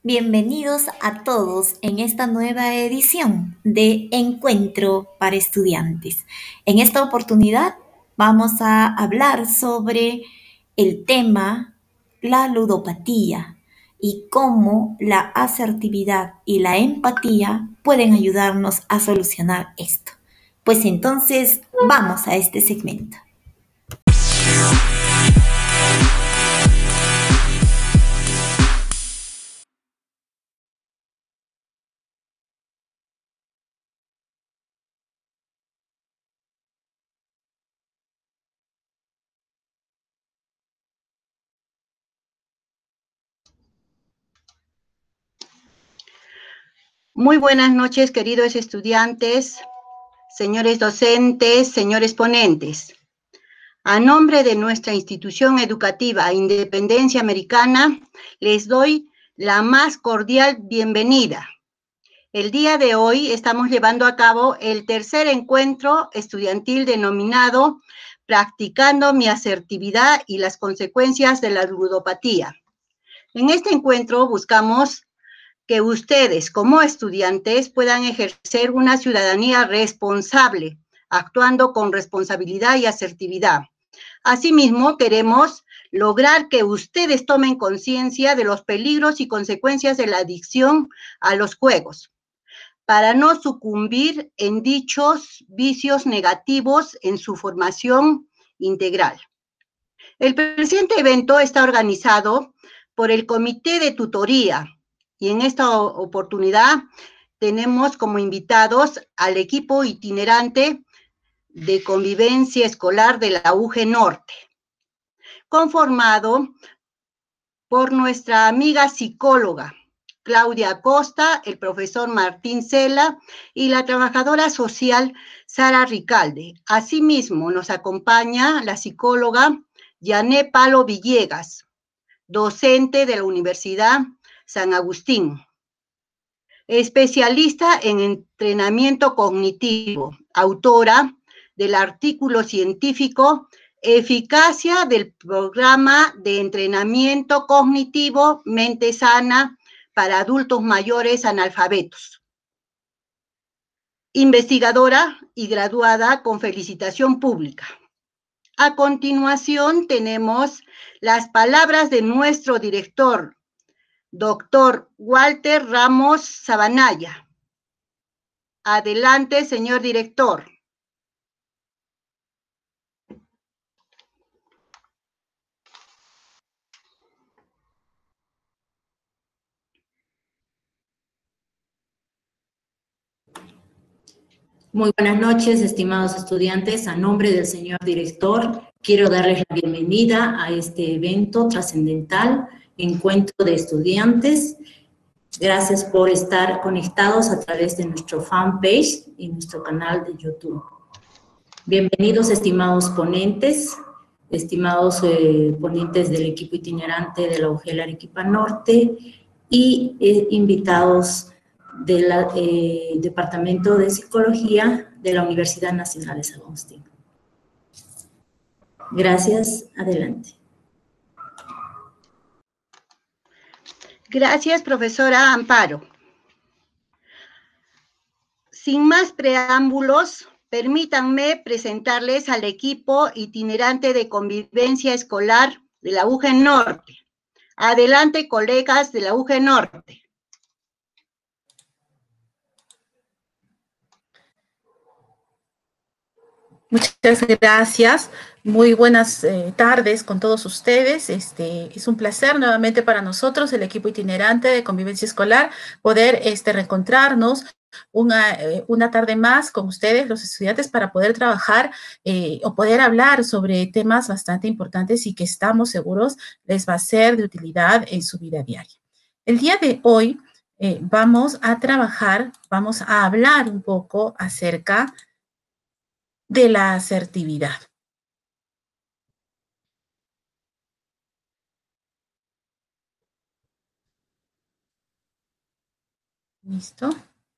Bienvenidos a todos en esta nueva edición de Encuentro para Estudiantes. En esta oportunidad vamos a hablar sobre el tema la ludopatía y cómo la asertividad y la empatía pueden ayudarnos a solucionar esto. Pues entonces vamos a este segmento. Muy buenas noches, queridos estudiantes, señores docentes, señores ponentes. A nombre de nuestra institución educativa Independencia Americana, les doy la más cordial bienvenida. El día de hoy estamos llevando a cabo el tercer encuentro estudiantil denominado Practicando mi asertividad y las consecuencias de la ludopatía. En este encuentro buscamos que ustedes como estudiantes puedan ejercer una ciudadanía responsable, actuando con responsabilidad y asertividad. Asimismo, queremos lograr que ustedes tomen conciencia de los peligros y consecuencias de la adicción a los juegos, para no sucumbir en dichos vicios negativos en su formación integral. El presente evento está organizado por el Comité de Tutoría, y en esta oportunidad tenemos como invitados al equipo itinerante de convivencia escolar de la UG Norte, conformado por nuestra amiga psicóloga Claudia Acosta, el profesor Martín Cela y la trabajadora social Sara Ricalde. Asimismo, nos acompaña la psicóloga Yané Palo Villegas, docente de la Universidad San Agustín, especialista en entrenamiento cognitivo, autora del artículo científico Eficacia del programa de entrenamiento cognitivo Mente Sana para adultos mayores analfabetos. Investigadora y graduada con felicitación pública. A continuación tenemos las palabras de nuestro director, doctor Walter Ramos Sabanaya. Adelante, señor director. Muy buenas noches, estimados estudiantes. A nombre del señor director, quiero darles la bienvenida a este evento trascendental, Encuentro de Estudiantes. Gracias por estar conectados a través de nuestro fanpage y nuestro canal de YouTube. Bienvenidos, estimados ponentes, estimados ponentes del equipo itinerante de la UGEL Arequipa Norte y invitados del Departamento de Psicología de la Universidad Nacional de San Agustín. Gracias, adelante. Gracias, profesora Amparo. Sin más preámbulos, permítanme presentarles al equipo itinerante de convivencia escolar de la UG Norte. Adelante, colegas de la UG Norte. Muchas gracias. Muy buenas tardes con todos ustedes. Es un placer nuevamente para nosotros, el equipo itinerante de convivencia escolar, poder reencontrarnos una tarde más con ustedes, los estudiantes, para poder trabajar o poder hablar sobre temas bastante importantes y que estamos seguros les va a ser de utilidad en su vida diaria. El día de hoy vamos a hablar un poco acerca de la asertividad. ¿Listo?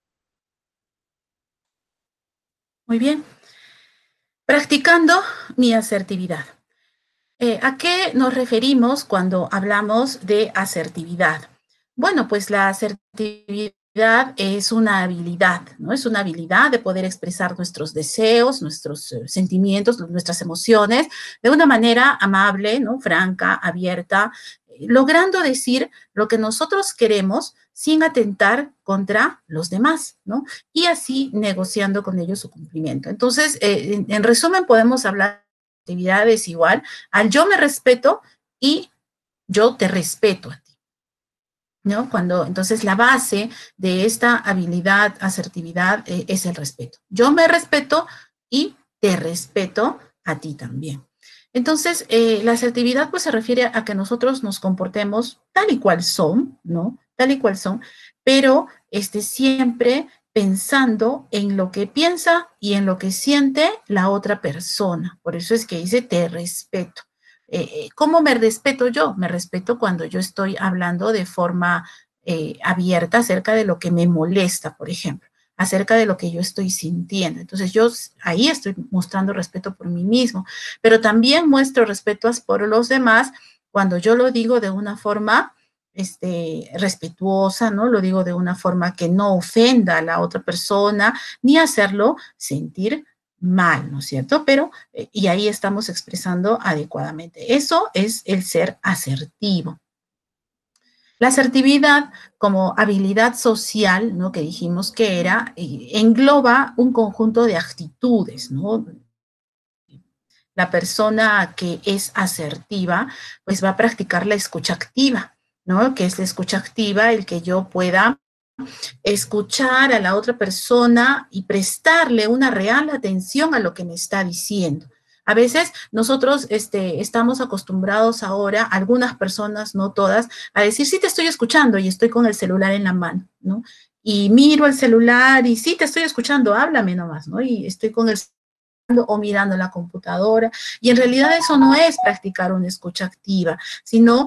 Muy bien. Practicando mi asertividad. ¿A qué nos referimos cuando hablamos de asertividad? bueno, pues la asertividad es una habilidad, ¿no? Es una habilidad de poder expresar nuestros deseos, nuestros sentimientos, nuestras emociones de una manera amable, ¿no? Franca, abierta, logrando decir lo que nosotros queremos sin atentar contra los demás, ¿no? Y así negociando con ellos su cumplimiento. Entonces, en resumen, podemos hablar de actividades igual al yo me respeto y yo te respeto a ti, ¿no? Entonces, la base de esta habilidad, asertividad, es el respeto. Yo me respeto y te respeto a ti también. Entonces, la asertividad pues se refiere a que nosotros nos comportemos tal y cual son, ¿no? Tal y cual son, pero siempre pensando en lo que piensa y en lo que siente la otra persona. Por eso es que dice te respeto. ¿Cómo me respeto yo? Me respeto cuando yo estoy hablando de forma abierta acerca de lo que me molesta, por ejemplo, acerca de lo que yo estoy sintiendo. Entonces yo ahí estoy mostrando respeto por mí mismo, pero también muestro respeto por los demás cuando yo lo digo de una forma respetuosa, ¿no? Lo digo de una forma que no ofenda a la otra persona, ni hacerlo sentir mal, ¿no es cierto? Pero, y ahí estamos expresando adecuadamente. Eso es el ser asertivo. La asertividad como habilidad social, ¿no? Que dijimos que era, engloba un conjunto de actitudes, ¿no? La persona que es asertiva, pues va a practicar la escucha activa, ¿no? Que es la escucha activa, el que yo pueda escuchar a la otra persona y prestarle una real atención a lo que me está diciendo. A veces nosotros estamos acostumbrados ahora, algunas personas, no todas, a decir, sí te estoy escuchando y estoy con el celular en la mano, ¿no? Y miro el celular y sí te estoy escuchando, háblame nomás, ¿no? Y estoy con el o mirando la computadora, y en realidad eso no es practicar una escucha activa, sino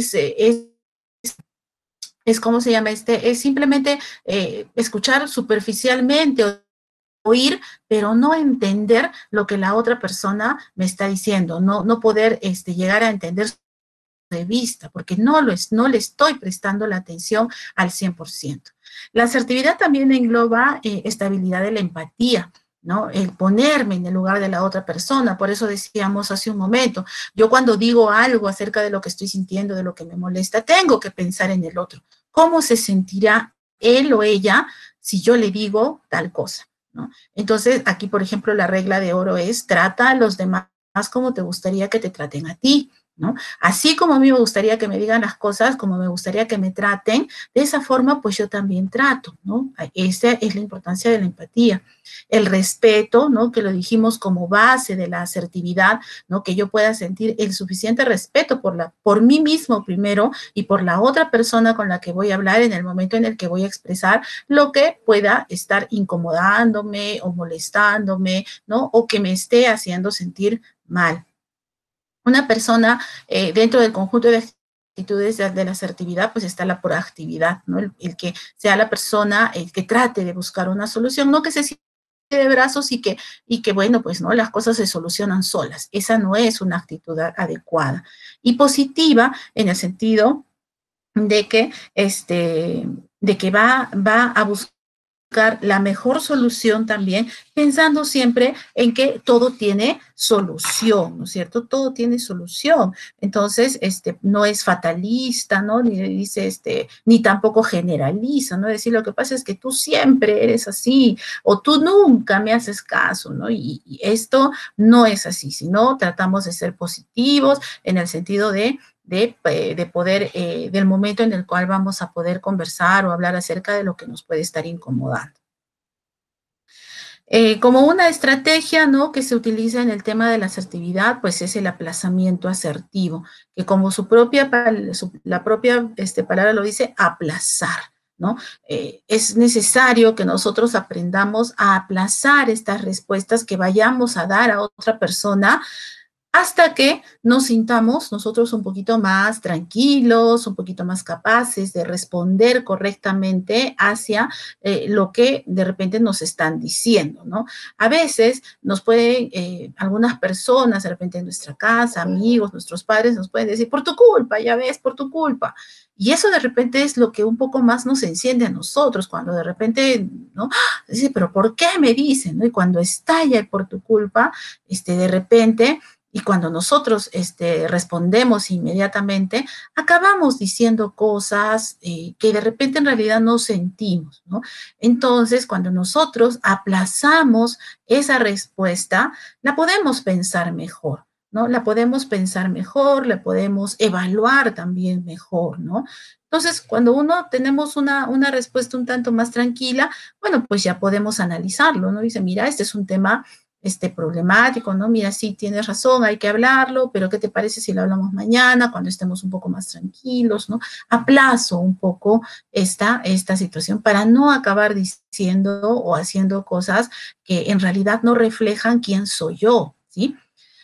es ¿cómo se llama? Es simplemente escuchar superficialmente, oír, pero no entender lo que la otra persona me está diciendo, no poder llegar a entender su punto de vista, porque no le estoy prestando la atención al 100%. La asertividad también engloba esta habilidad de la empatía, ¿no? El ponerme en el lugar de la otra persona. Por eso decíamos hace un momento, yo cuando digo algo acerca de lo que estoy sintiendo, de lo que me molesta, tengo que pensar en el otro. ¿Cómo se sentirá él o ella si yo le digo tal cosa, ¿no? Entonces, aquí, por ejemplo, la regla de oro es trata a los demás como te gustaría que te traten a ti, ¿no? Así como a mí me gustaría que me digan las cosas, como me gustaría que me traten, de esa forma, pues yo también trato, ¿no? Esa es la importancia de la empatía. El respeto, ¿no? Que lo dijimos como base de la asertividad, ¿no? Que yo pueda sentir el suficiente respeto por mí mismo primero y por la otra persona con la que voy a hablar en el momento en el que voy a expresar lo que pueda estar incomodándome o molestándome, ¿no? O que me esté haciendo sentir mal. Una persona dentro del conjunto de actitudes de la asertividad, pues está la proactividad, ¿no? El que sea la persona el que trate de buscar una solución, no que se siente de brazos y que bueno, pues no, las cosas se solucionan solas. Esa no es una actitud adecuada. Y positiva en el sentido de que, va a buscar la mejor solución también, pensando siempre en que todo tiene solución, ¿no es cierto? Todo tiene solución. Entonces, no es fatalista, ¿no? Ni dice, ni tampoco generaliza, ¿no? Decir, lo que pasa es que tú siempre eres así, o tú nunca me haces caso, ¿no? Y esto no es así, sino tratamos de ser positivos en el sentido de poder, del momento en el cual vamos a poder conversar o hablar acerca de lo que nos puede estar incomodando. Como una estrategia, ¿no? Que se utiliza en el tema de la asertividad, pues es el aplazamiento asertivo, que como la propia palabra lo dice, aplazar, ¿no? Es necesario que nosotros aprendamos a aplazar estas respuestas que vayamos a dar a otra persona hasta que nos sintamos nosotros un poquito más tranquilos, un poquito más capaces de responder correctamente hacia lo que de repente nos están diciendo, ¿no? A veces nos pueden, algunas personas, de repente en nuestra casa, amigos, nuestros padres, nos pueden decir, por tu culpa, ya ves, por tu culpa. Y eso de repente es lo que un poco más nos enciende a nosotros, cuando de repente, ¿no? Dice, pero ¿por qué me dicen? ¿No? Y cuando estalla el por tu culpa, de repente, y cuando nosotros respondemos inmediatamente, acabamos diciendo cosas que de repente en realidad no sentimos, ¿no? Entonces, cuando nosotros aplazamos esa respuesta, la podemos pensar mejor, ¿no? La podemos pensar mejor, la podemos evaluar también mejor, ¿no? Entonces, cuando uno tenemos una respuesta un tanto más tranquila, bueno, pues ya podemos analizarlo, ¿no? Dice, mira, este es un tema problemático, ¿no? Mira, sí, tienes razón, hay que hablarlo, pero ¿qué te parece si lo hablamos mañana, cuando estemos un poco más tranquilos, ¿no? Aplazo un poco esta situación para no acabar diciendo o haciendo cosas que en realidad no reflejan quién soy yo, ¿sí?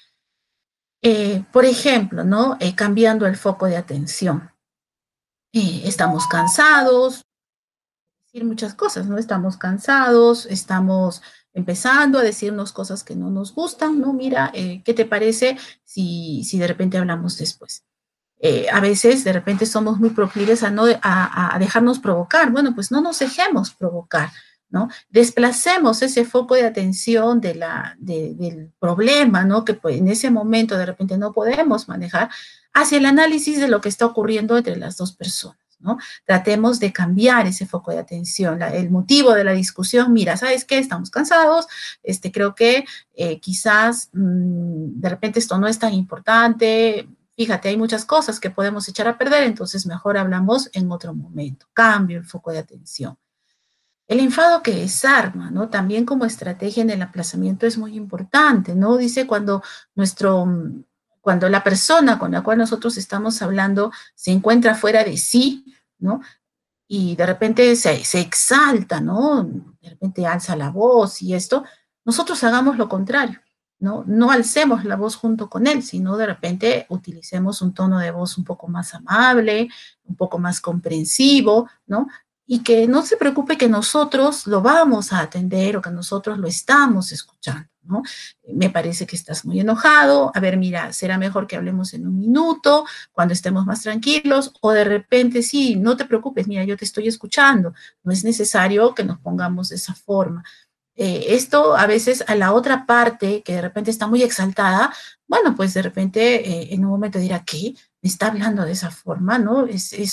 Por ejemplo, ¿no? Cambiando el foco de atención. Estamos cansados, decir muchas cosas, ¿no? Estamos cansados, estamos empezando a decirnos cosas que no nos gustan, ¿no? Mira, ¿qué te parece si de repente hablamos después? A veces de repente somos muy proclives a dejarnos provocar. Bueno, pues no nos dejemos provocar, ¿no? Desplacemos ese foco de atención del problema, ¿no? Que pues, en ese momento de repente no podemos manejar, hacia el análisis de lo que está ocurriendo entre las dos personas, ¿no? Tratemos de cambiar ese foco de atención, el motivo de la discusión. Mira, ¿sabes qué? Estamos cansados, creo que quizás de repente esto no es tan importante. Fíjate, hay muchas cosas que podemos echar a perder, entonces mejor hablamos en otro momento. Cambio el foco de atención. El enfado que desarma, ¿no? También como estrategia en el aplazamiento es muy importante, ¿no? Dice cuando la persona con la cual nosotros estamos hablando se encuentra fuera de sí, ¿no? Y de repente se exalta, ¿no? De repente alza la voz y esto, nosotros hagamos lo contrario, ¿no? No alcemos la voz junto con él, sino de repente utilicemos un tono de voz un poco más amable, un poco más comprensivo, ¿no? Y que no se preocupe que nosotros lo vamos a atender o que nosotros lo estamos escuchando, ¿no? Me parece que estás muy enojado, a ver, mira, será mejor que hablemos en un minuto, cuando estemos más tranquilos, o de repente, sí, no te preocupes, mira, yo te estoy escuchando, no es necesario que nos pongamos de esa forma. Esto a veces a la otra parte que de repente está muy exaltada, bueno, pues de repente en un momento dirá, ¿qué? ¿Me está hablando de esa forma? ¿No?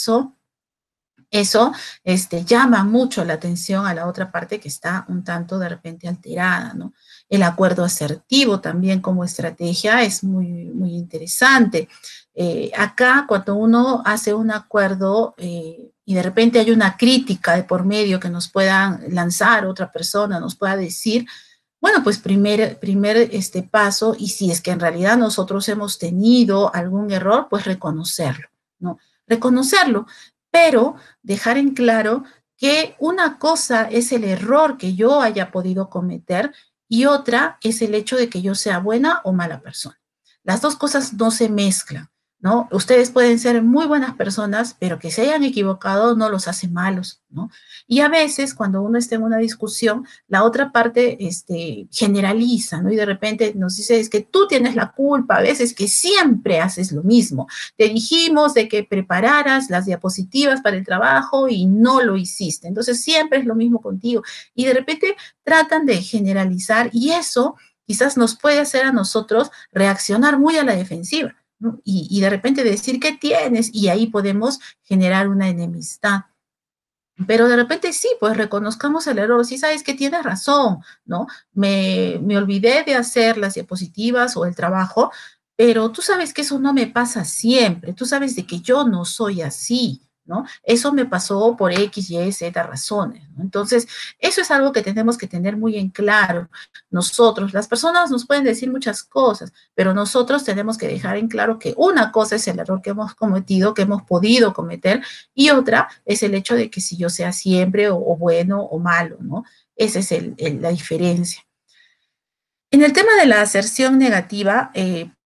Eso llama mucho la atención a la otra parte que está un tanto de repente alterada, ¿no? El acuerdo asertivo también como estrategia es muy, muy interesante. Acá cuando uno hace un acuerdo y de repente hay una crítica de por medio que nos puedan lanzar otra persona, nos pueda decir, bueno, pues primer paso, y si es que en realidad nosotros hemos tenido algún error, pues reconocerlo, ¿no? Reconocerlo, pero dejar en claro que una cosa es el error que yo haya podido cometer y otra es el hecho de que yo sea buena o mala persona. Las dos cosas no se mezclan, ¿no? Ustedes pueden ser muy buenas personas, pero que se hayan equivocado no los hace malos, ¿no? Y a veces cuando uno está en una discusión, la otra parte generaliza, ¿no? Y de repente nos dice, es que tú tienes la culpa, a veces que siempre haces lo mismo. Te dijimos de que prepararas las diapositivas para el trabajo y no lo hiciste. Entonces siempre es lo mismo contigo. Y de repente tratan de generalizar y eso quizás nos puede hacer a nosotros reaccionar muy a la defensiva, ¿no? Y de repente decir, ¿qué tienes? Y ahí podemos generar una enemistad. Pero de repente sí, pues reconozcamos el error. Sí, sabes que tienes razón, ¿no? Me olvidé de hacer las diapositivas o el trabajo, pero tú sabes que eso no me pasa siempre. Tú sabes de que yo no soy así, ¿no? Eso me pasó por X, Y, Z razones, ¿no? Entonces, eso es algo que tenemos que tener muy en claro. Nosotros, las personas nos pueden decir muchas cosas, pero nosotros tenemos que dejar en claro que una cosa es el error que hemos cometido, que hemos podido cometer, y otra es el hecho de que si yo sea siempre o bueno o malo, ¿no? Esa es la diferencia. En el tema de la aserción negativa,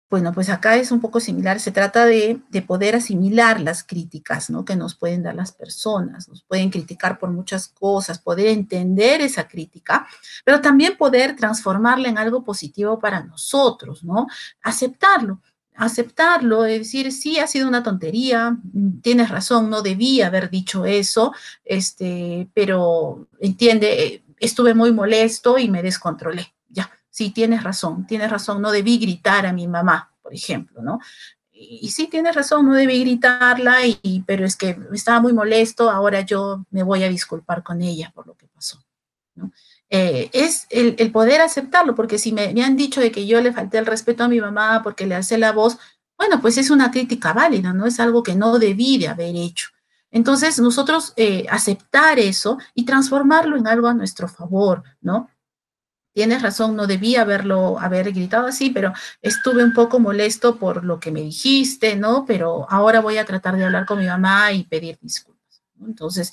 Bueno, pues acá es un poco similar, se trata de poder asimilar las críticas, ¿no?, que nos pueden dar las personas, nos pueden criticar por muchas cosas, poder entender esa crítica, pero también poder transformarla en algo positivo para nosotros, ¿no? Aceptarlo, es decir, sí, ha sido una tontería, tienes razón, no debí haber dicho eso, pero entiende, estuve muy molesto y me descontrolé, ya. Sí, tienes razón, no debí gritar a mi mamá, por ejemplo, ¿no? Y sí, tienes razón, no debí gritarla, pero es que estaba muy molesto, ahora yo me voy a disculpar con ella por lo que pasó, ¿no? Es el poder aceptarlo, porque si me han dicho de que yo le falté el respeto a mi mamá porque le alcé la voz, bueno, pues es una crítica válida, ¿no? Es algo que no debí de haber hecho. Entonces, nosotros aceptar eso y transformarlo en algo a nuestro favor, ¿no? Tienes razón, no debía haber gritado así, pero estuve un poco molesto por lo que me dijiste, ¿no? Pero ahora voy a tratar de hablar con mi mamá y pedir disculpas, ¿no? Entonces,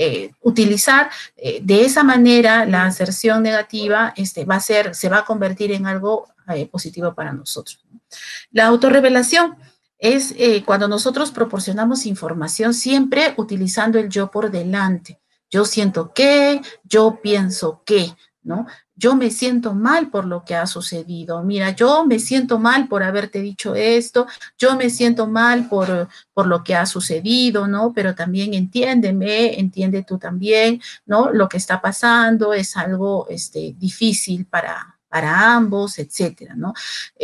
utilizar de esa manera la aserción negativa se va a convertir en algo positivo para nosotros, ¿no? La autorrevelación es cuando nosotros proporcionamos información siempre utilizando el yo por delante. Yo siento que, yo pienso que, ¿no? Yo me siento mal por lo que ha sucedido. Mira, yo me siento mal por haberte dicho esto, yo me siento mal por lo que ha sucedido, ¿no? Pero también entiéndeme, entiende tú también, ¿no? Lo que está pasando es algo difícil para ambos, etcétera, ¿no?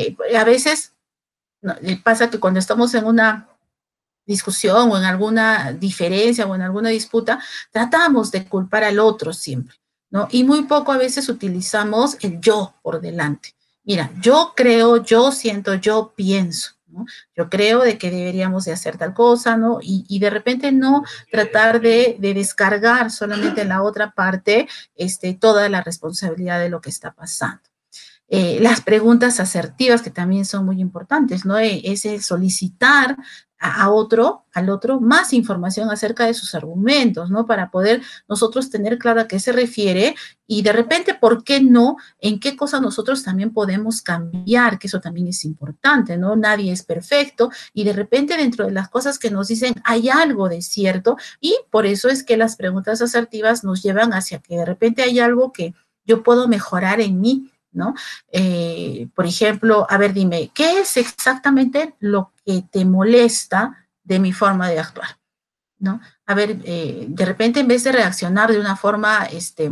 A veces no, pasa que cuando estamos en una discusión o en alguna diferencia o en alguna disputa, tratamos de culpar al otro siempre, ¿no? Y muy poco a veces utilizamos el yo por delante. Mira, yo creo, yo siento, yo pienso, ¿no? Yo creo de que deberíamos de hacer tal cosa, ¿no? Y de repente no tratar de descargar solamente en la otra parte toda la responsabilidad de lo que está pasando. Las preguntas asertivas que también son muy importantes, ¿no? Es el solicitar al otro más información acerca de sus argumentos, ¿no? Para poder nosotros tener claro a qué se refiere y de repente, ¿por qué no? En qué cosas nosotros también podemos cambiar, que eso también es importante, ¿no? Nadie es perfecto y de repente dentro de las cosas que nos dicen hay algo de cierto y por eso es que las preguntas asertivas nos llevan hacia que de repente hay algo que yo puedo mejorar en mí, ¿no? Por ejemplo, a ver, dime, ¿qué es exactamente lo que te molesta de mi forma de actuar? ¿No? A ver, de repente en vez de reaccionar de una forma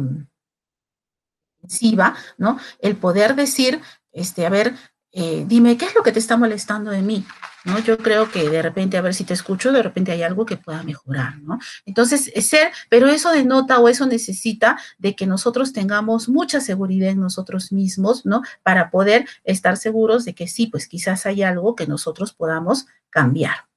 defensiva, ¿no? El poder decir, a ver, dime, ¿qué es lo que te está molestando de mí? ¿No? Yo creo que de repente, a ver si te escucho, de repente hay algo que pueda mejorar, ¿no? Entonces, pero eso denota o eso necesita de que nosotros tengamos mucha seguridad en nosotros mismos, ¿no? Para poder estar seguros de que sí, pues quizás hay algo que nosotros podamos cambiar.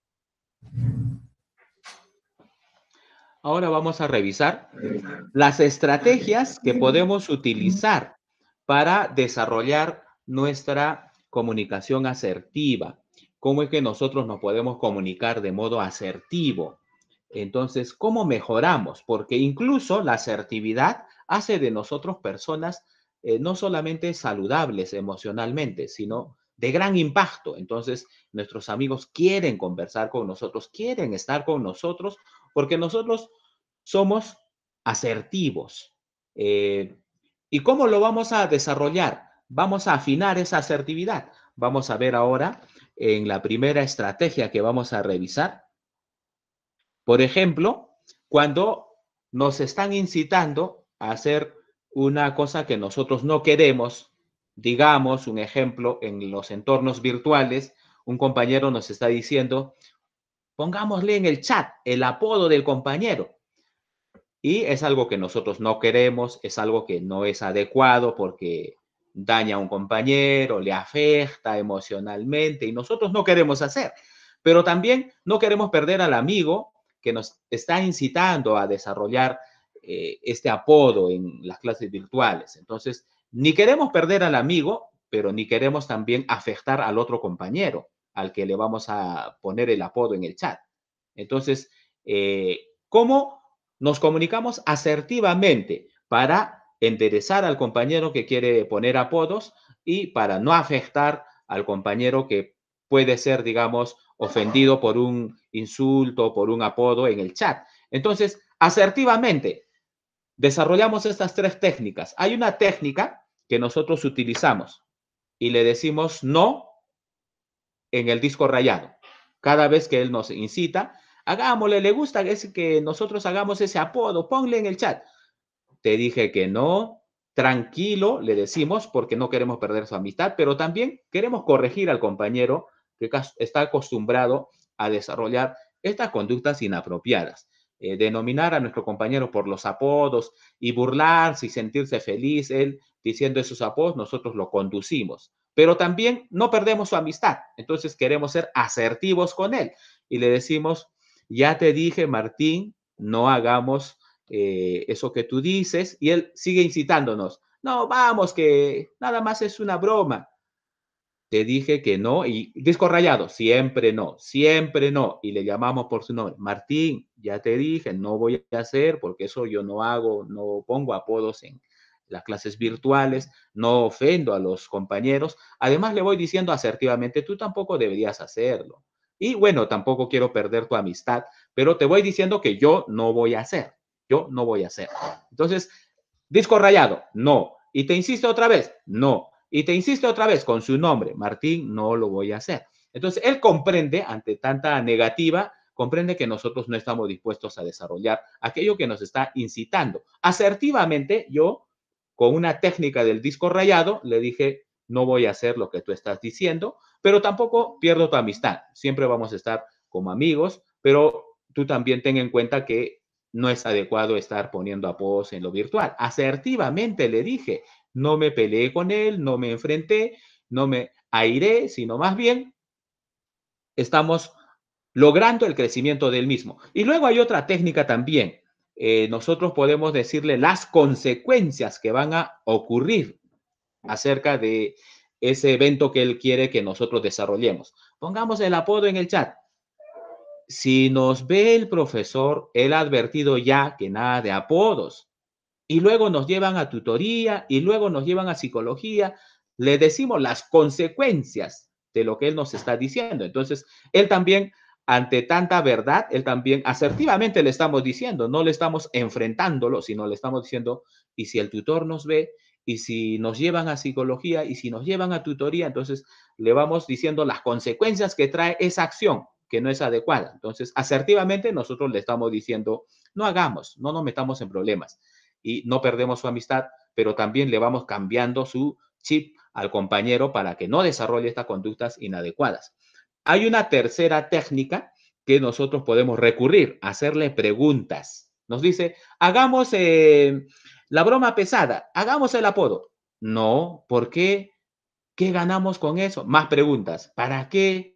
Ahora vamos a revisar las estrategias que podemos utilizar para desarrollar nuestra comunicación asertiva. ¿Cómo es que nosotros nos podemos comunicar de modo asertivo? Entonces, ¿cómo mejoramos? Porque incluso la asertividad hace de nosotros personas no solamente saludables emocionalmente, sino de gran impacto. Entonces, nuestros amigos quieren conversar con nosotros, quieren estar con nosotros, porque nosotros somos asertivos. ¿Y cómo lo vamos a desarrollar? Vamos a afinar esa asertividad. Vamos a ver ahora en la primera estrategia que vamos a revisar. Por ejemplo, cuando nos están incitando a hacer una cosa que nosotros no queremos, digamos, un ejemplo, en los entornos virtuales, un compañero nos está diciendo, pongámosle en el chat el apodo del compañero. Y es algo que nosotros no queremos, es algo que no es adecuado porque daña a un compañero, le afecta emocionalmente y nosotros no queremos hacer. Pero también no queremos perder al amigo que nos está incitando a desarrollar este apodo en las clases virtuales. Entonces, ni queremos perder al amigo, pero ni queremos también afectar al otro compañero al que le vamos a poner el apodo en el chat. Entonces, ¿cómo nos comunicamos asertivamente para enderezar al compañero que quiere poner apodos y para no afectar al compañero que puede ser, digamos, ofendido por un insulto, por un apodo en el chat. Entonces, asertivamente, desarrollamos estas 3 técnicas. Hay una técnica que nosotros utilizamos y le decimos no en el disco rayado. Cada vez que él nos incita, hagámosle, le gusta es que nosotros hagamos ese apodo, ponle en el chat. Te dije que no, tranquilo, le decimos, porque no queremos perder su amistad, pero también queremos corregir al compañero que está acostumbrado a desarrollar estas conductas inapropiadas. Denominar a nuestro compañero por los apodos y burlarse y sentirse feliz, él diciendo esos apodos, nosotros lo conducimos. Pero también no perdemos su amistad, entonces queremos ser asertivos con él y le decimos, ya te dije, Martín, no hagamos eso que tú dices, y él sigue incitándonos. No, vamos, que nada más es una broma. Te dije que no, y disco rayado, siempre no, siempre no. Y le llamamos por su nombre. Martín, ya te dije, no voy a hacer, porque eso yo no hago, no pongo apodos en las clases virtuales, no ofendo a los compañeros. Además, le voy diciendo asertivamente, tú tampoco deberías hacerlo. Y bueno, tampoco quiero perder tu amistad, pero te voy diciendo que yo no voy a hacer. Yo no voy a hacer. Entonces, disco rayado, no. Y te insisto otra vez, no. Y te insiste otra vez con su nombre, Martín, no lo voy a hacer. Entonces, él comprende, ante tanta negativa, comprende que nosotros no estamos dispuestos a desarrollar aquello que nos está incitando. Asertivamente, yo, con una técnica del disco rayado, le dije, no voy a hacer lo que tú estás diciendo, pero tampoco pierdo tu amistad. Siempre vamos a estar como amigos, pero tú también ten en cuenta que no es adecuado estar poniendo apodos en lo virtual. Asertivamente le dije, no me peleé con él, no me enfrenté, no me airé, sino más bien estamos logrando el crecimiento del mismo. Y luego hay otra técnica también. Nosotros podemos decirle las consecuencias que van a ocurrir acerca de ese evento que él quiere que nosotros desarrollemos. Pongamos el apodo en el chat. Si nos ve el profesor, él ha advertido ya que nada de apodos. Y luego nos llevan a tutoría y luego nos llevan a psicología. Le decimos las consecuencias de lo que él nos está diciendo. Entonces, él también, ante tanta verdad, él también asertivamente le estamos diciendo, no le estamos enfrentándolo, sino le estamos diciendo, y si el tutor nos ve, y si nos llevan a psicología, y si nos llevan a tutoría, entonces le vamos diciendo las consecuencias que trae esa acción que no es adecuada. Entonces, asertivamente nosotros le estamos diciendo, no hagamos, no nos metamos en problemas y no perdemos su amistad, pero también le vamos cambiando su chip al compañero para que no desarrolle estas conductas inadecuadas. Hay una tercera técnica que nosotros podemos recurrir, hacerle preguntas. Nos dice, hagamos la broma pesada, hagamos el apodo. No, ¿por qué? ¿Qué ganamos con eso? Más preguntas. ¿Para qué?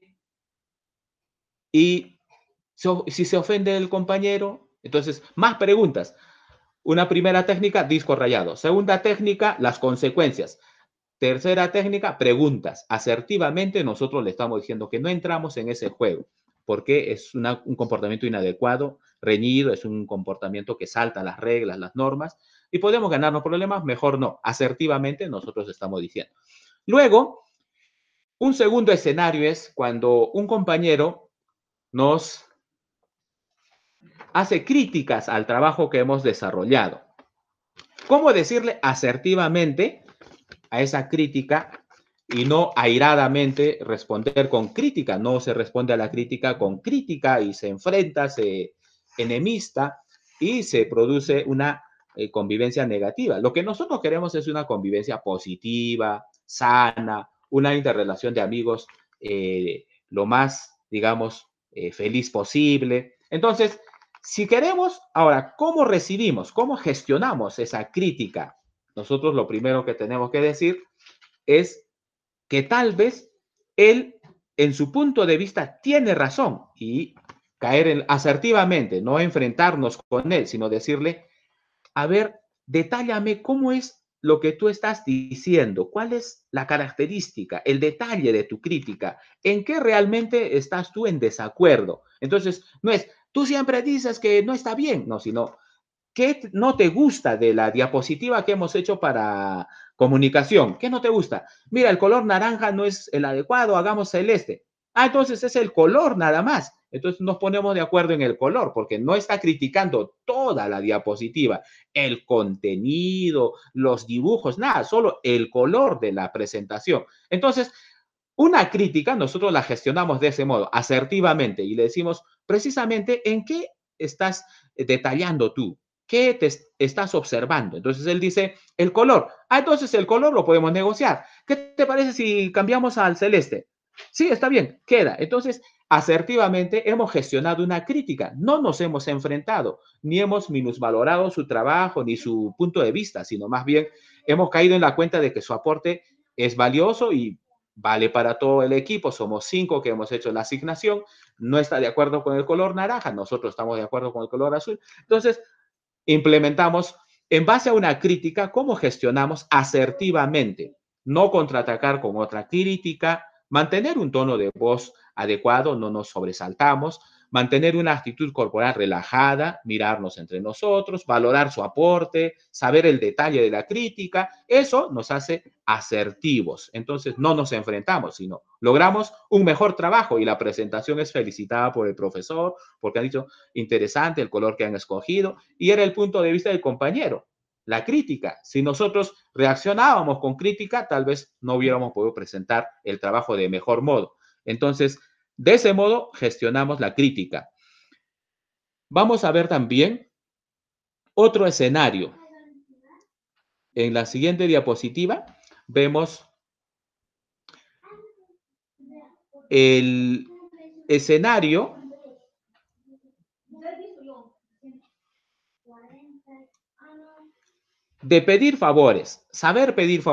Y si se ofende el compañero, entonces más preguntas. Una primera técnica, disco rayado. Segunda técnica, las consecuencias. Tercera técnica, preguntas. Asertivamente nosotros le estamos diciendo que no entramos en ese juego porque es un comportamiento inadecuado, reñido, es un comportamiento que salta las reglas, las normas y podemos ganarnos problemas, mejor no. Asertivamente nosotros estamos diciendo. Luego, un segundo escenario es cuando un compañero nos hace críticas al trabajo que hemos desarrollado. ¿Cómo decirle asertivamente a esa crítica y no airadamente responder con crítica? No se responde a la crítica con crítica y se enfrenta, se enemista y se produce una convivencia negativa. Lo que nosotros queremos es una convivencia positiva, sana, una interrelación de amigos lo más, digamos, feliz posible. Entonces, si queremos, ahora, ¿cómo recibimos, cómo gestionamos esa crítica? Nosotros lo primero que tenemos que decir es que tal vez él, en su punto de vista, tiene razón y caer asertivamente, no enfrentarnos con él, sino decirle, a ver, detállame cómo es lo que tú estás diciendo, cuál es la característica, el detalle de tu crítica, en qué realmente estás tú en desacuerdo. Entonces, no es, tú siempre dices que no está bien, no, sino, ¿Qué no te gusta de la diapositiva que hemos hecho para comunicación? ¿Qué no te gusta? Mira, el color naranja no es el adecuado, hagamos celeste. Ah, entonces es el color nada más. Entonces nos ponemos de acuerdo en el color, porque no está criticando toda la diapositiva, el contenido, los dibujos, nada, solo el color de la presentación. Entonces, una crítica nosotros la gestionamos de ese modo, asertivamente, y le decimos precisamente en qué estás detallando tú, qué te estás observando. Entonces él dice, el color. Ah, entonces el color lo podemos negociar. ¿Qué te parece si cambiamos al celeste? Sí, está bien, queda. Entonces, asertivamente hemos gestionado una crítica. No nos hemos enfrentado, ni hemos minusvalorado su trabajo, ni su punto de vista, sino más bien hemos caído en la cuenta de que su aporte es valioso y vale para todo el equipo. Somos 5 que hemos hecho la asignación. No está de acuerdo con el color naranja, nosotros estamos de acuerdo con el color azul. Entonces, implementamos en base a una crítica cómo gestionamos asertivamente, no contraatacar con otra crítica, mantener un tono de voz adecuado, no nos sobresaltamos, mantener una actitud corporal relajada, mirarnos entre nosotros, valorar su aporte, saber el detalle de la crítica, eso nos hace asertivos. Entonces no nos enfrentamos, sino logramos un mejor trabajo y la presentación es felicitada por el profesor porque han dicho interesante el color que han escogido y era el punto de vista del compañero. La crítica, si nosotros reaccionábamos con crítica, tal vez no hubiéramos podido presentar el trabajo de mejor modo. Entonces, de ese modo gestionamos la crítica. Vamos a ver también otro escenario. En la siguiente diapositiva vemos el escenario de pedir favores, saber pedir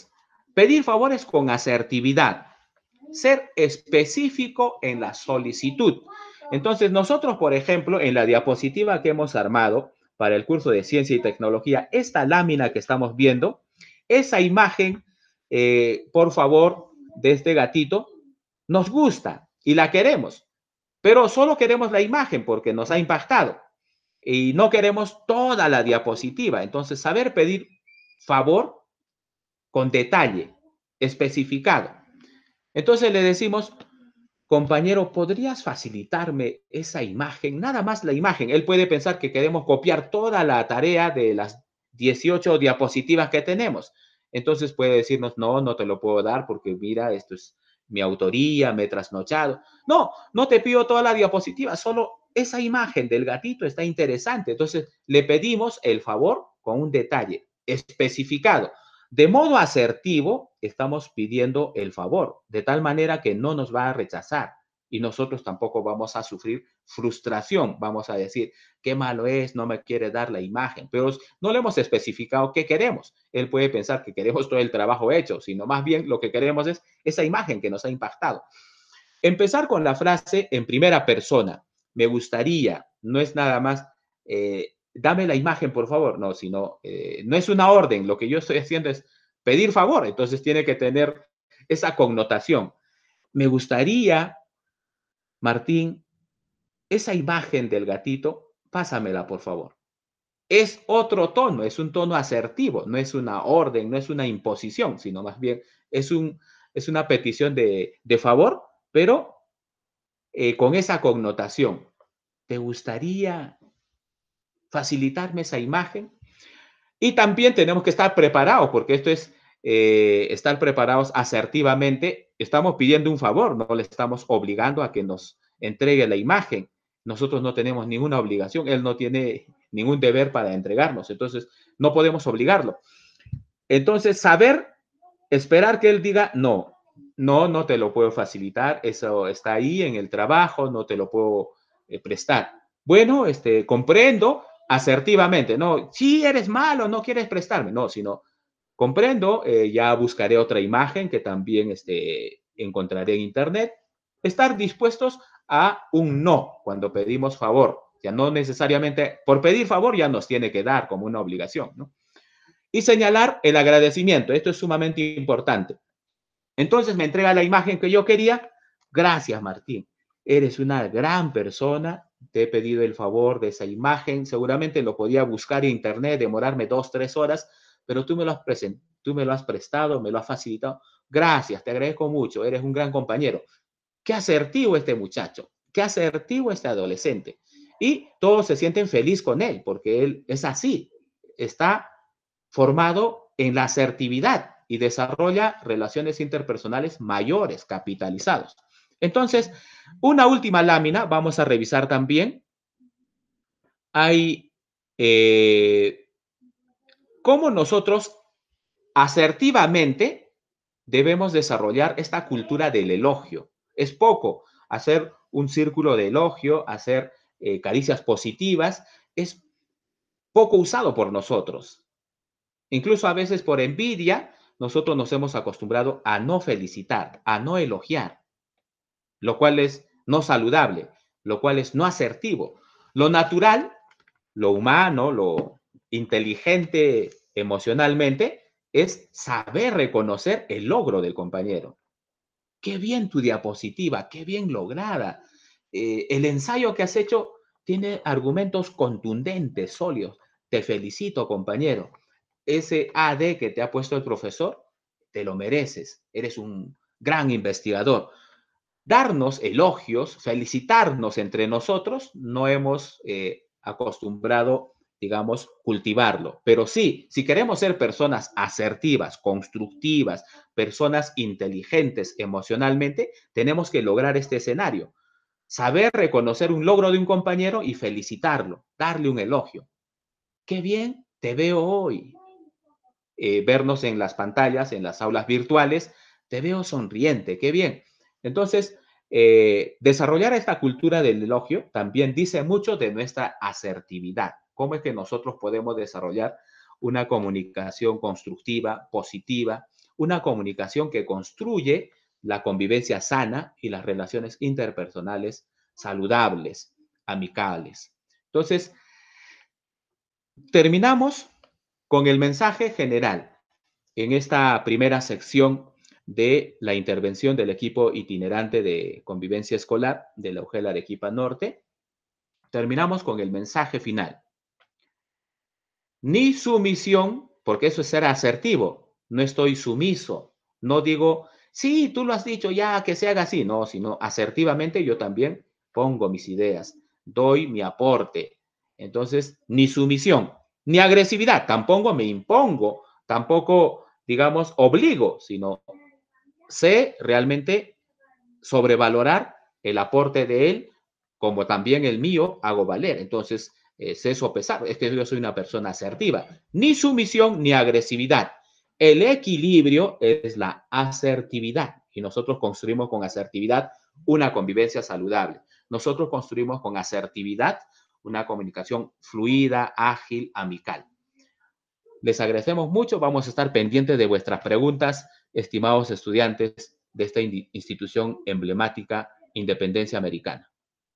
favores con asertividad, ser específico en la solicitud. Entonces, nosotros, por ejemplo, en la diapositiva que hemos armado para el curso de Ciencia y Tecnología, esta lámina que estamos viendo, esa imagen, por favor, de este gatito, nos gusta y la queremos, pero solo queremos la imagen porque nos ha impactado y no queremos toda la diapositiva. Entonces, saber pedir favor con detalle, especificado. Entonces le decimos, compañero, ¿podrías facilitarme esa imagen? Nada más la imagen. Él puede pensar que queremos copiar toda la tarea de las 18 diapositivas que tenemos. Entonces puede decirnos, no, no te lo puedo dar porque mira, esto es mi autoría, me he trasnochado. No, no te pido toda la diapositiva, solo esa imagen del gatito está interesante. Entonces le pedimos el favor con un detalle especificado. De modo asertivo, estamos pidiendo el favor, de tal manera que no nos va a rechazar y nosotros tampoco vamos a sufrir frustración. Vamos a decir, qué malo es, no me quiere dar la imagen, pero no le hemos especificado qué queremos. Él puede pensar que queremos todo el trabajo hecho, sino más bien lo que queremos es esa imagen que nos ha impactado. Empezar con la frase en primera persona. Me gustaría, no es nada más, dame la imagen, por favor. No, sino, no es una orden. Lo que yo estoy haciendo es pedir favor. Entonces tiene que tener esa connotación. Me gustaría, Martín, esa imagen del gatito, pásamela, por favor. Es otro tono, es un tono asertivo, no es una orden, no es una imposición, sino más bien es una petición de favor, pero con esa connotación. ¿Te gustaría facilitarme esa imagen? Y también tenemos que estar preparados, porque esto es estar preparados asertivamente. Estamos pidiendo un favor, no le estamos obligando a que nos entregue la imagen. Nosotros no tenemos ninguna obligación, él no tiene ningún deber para entregarnos, entonces no podemos obligarlo. Entonces, esperar que él diga, no, no te lo puedo facilitar, eso está ahí en el trabajo, no te lo puedo prestar. Bueno, comprendo asertivamente, no, si eres malo, no quieres prestarme, no, sino comprendo, ya buscaré otra imagen que también encontraré en internet. Estar dispuestos a un no cuando pedimos favor, ya no necesariamente por pedir favor ya nos tiene que dar como una obligación, ¿no? Y señalar el agradecimiento, esto es sumamente importante. Entonces me entrega la imagen que yo quería. Gracias, Martín. Eres una gran persona. te he pedido el favor de esa imagen. Seguramente lo podía buscar en internet, demorarme 2, 3 horas, pero tú me lo has prestado, me lo has facilitado. Gracias, te agradezco mucho, eres un gran compañero. Qué asertivo este muchacho, qué asertivo este adolescente. Y todos se sienten felices con él, porque él es así, está formado en la asertividad y desarrolla relaciones interpersonales mayores, capitalizados. Entonces, una última lámina, vamos a revisar también. Hay cómo nosotros asertivamente debemos desarrollar esta cultura del elogio. Es poco hacer un círculo de elogio, hacer caricias positivas, es poco usado por nosotros. Incluso a veces por envidia, nosotros nos hemos acostumbrado a no felicitar, a no elogiar, lo cual es no saludable, lo cual es no asertivo. Lo natural, lo humano, lo inteligente emocionalmente, es saber reconocer el logro del compañero. Qué bien tu diapositiva, qué bien lograda. El ensayo que has hecho tiene argumentos contundentes, sólidos. Te felicito, compañero. Ese AD que te ha puesto el profesor, te lo mereces. Eres un gran investigador. Darnos elogios, felicitarnos entre nosotros, no hemos acostumbrado, digamos, cultivarlo. Pero sí, si queremos ser personas asertivas, constructivas, personas inteligentes emocionalmente, tenemos que lograr este escenario. Saber reconocer un logro de un compañero y felicitarlo, darle un elogio. Qué bien te veo hoy. Vernos en las pantallas, en las aulas virtuales, te veo sonriente, qué bien. Entonces, desarrollar esta cultura del elogio también dice mucho de nuestra asertividad. ¿Cómo es que nosotros podemos desarrollar una comunicación constructiva, positiva, una comunicación que construye la convivencia sana y las relaciones interpersonales saludables, amicables? Entonces, terminamos con el mensaje general en esta primera sección de la intervención del equipo itinerante de convivencia escolar de la UGEL Arequipa Norte. Terminamos con el mensaje final. Ni sumisión, porque eso es ser asertivo. No estoy sumiso. No digo, sí, tú lo has dicho, ya que se haga así. No, sino asertivamente yo también pongo mis ideas, doy mi aporte. Entonces, ni sumisión, ni agresividad. Tampoco me impongo, tampoco, digamos, obligo, sino sé realmente sobrevalorar el aporte de él, como también el mío hago valer. Entonces, sé sopesar. Es que yo soy una persona asertiva. Ni sumisión ni agresividad. El equilibrio es la asertividad. Y nosotros construimos con asertividad una convivencia saludable. Nosotros construimos con asertividad una comunicación fluida, ágil, amical. Les agradecemos mucho. Vamos a estar pendientes de vuestras preguntas, estimados estudiantes de esta institución emblemática, Independencia Americana.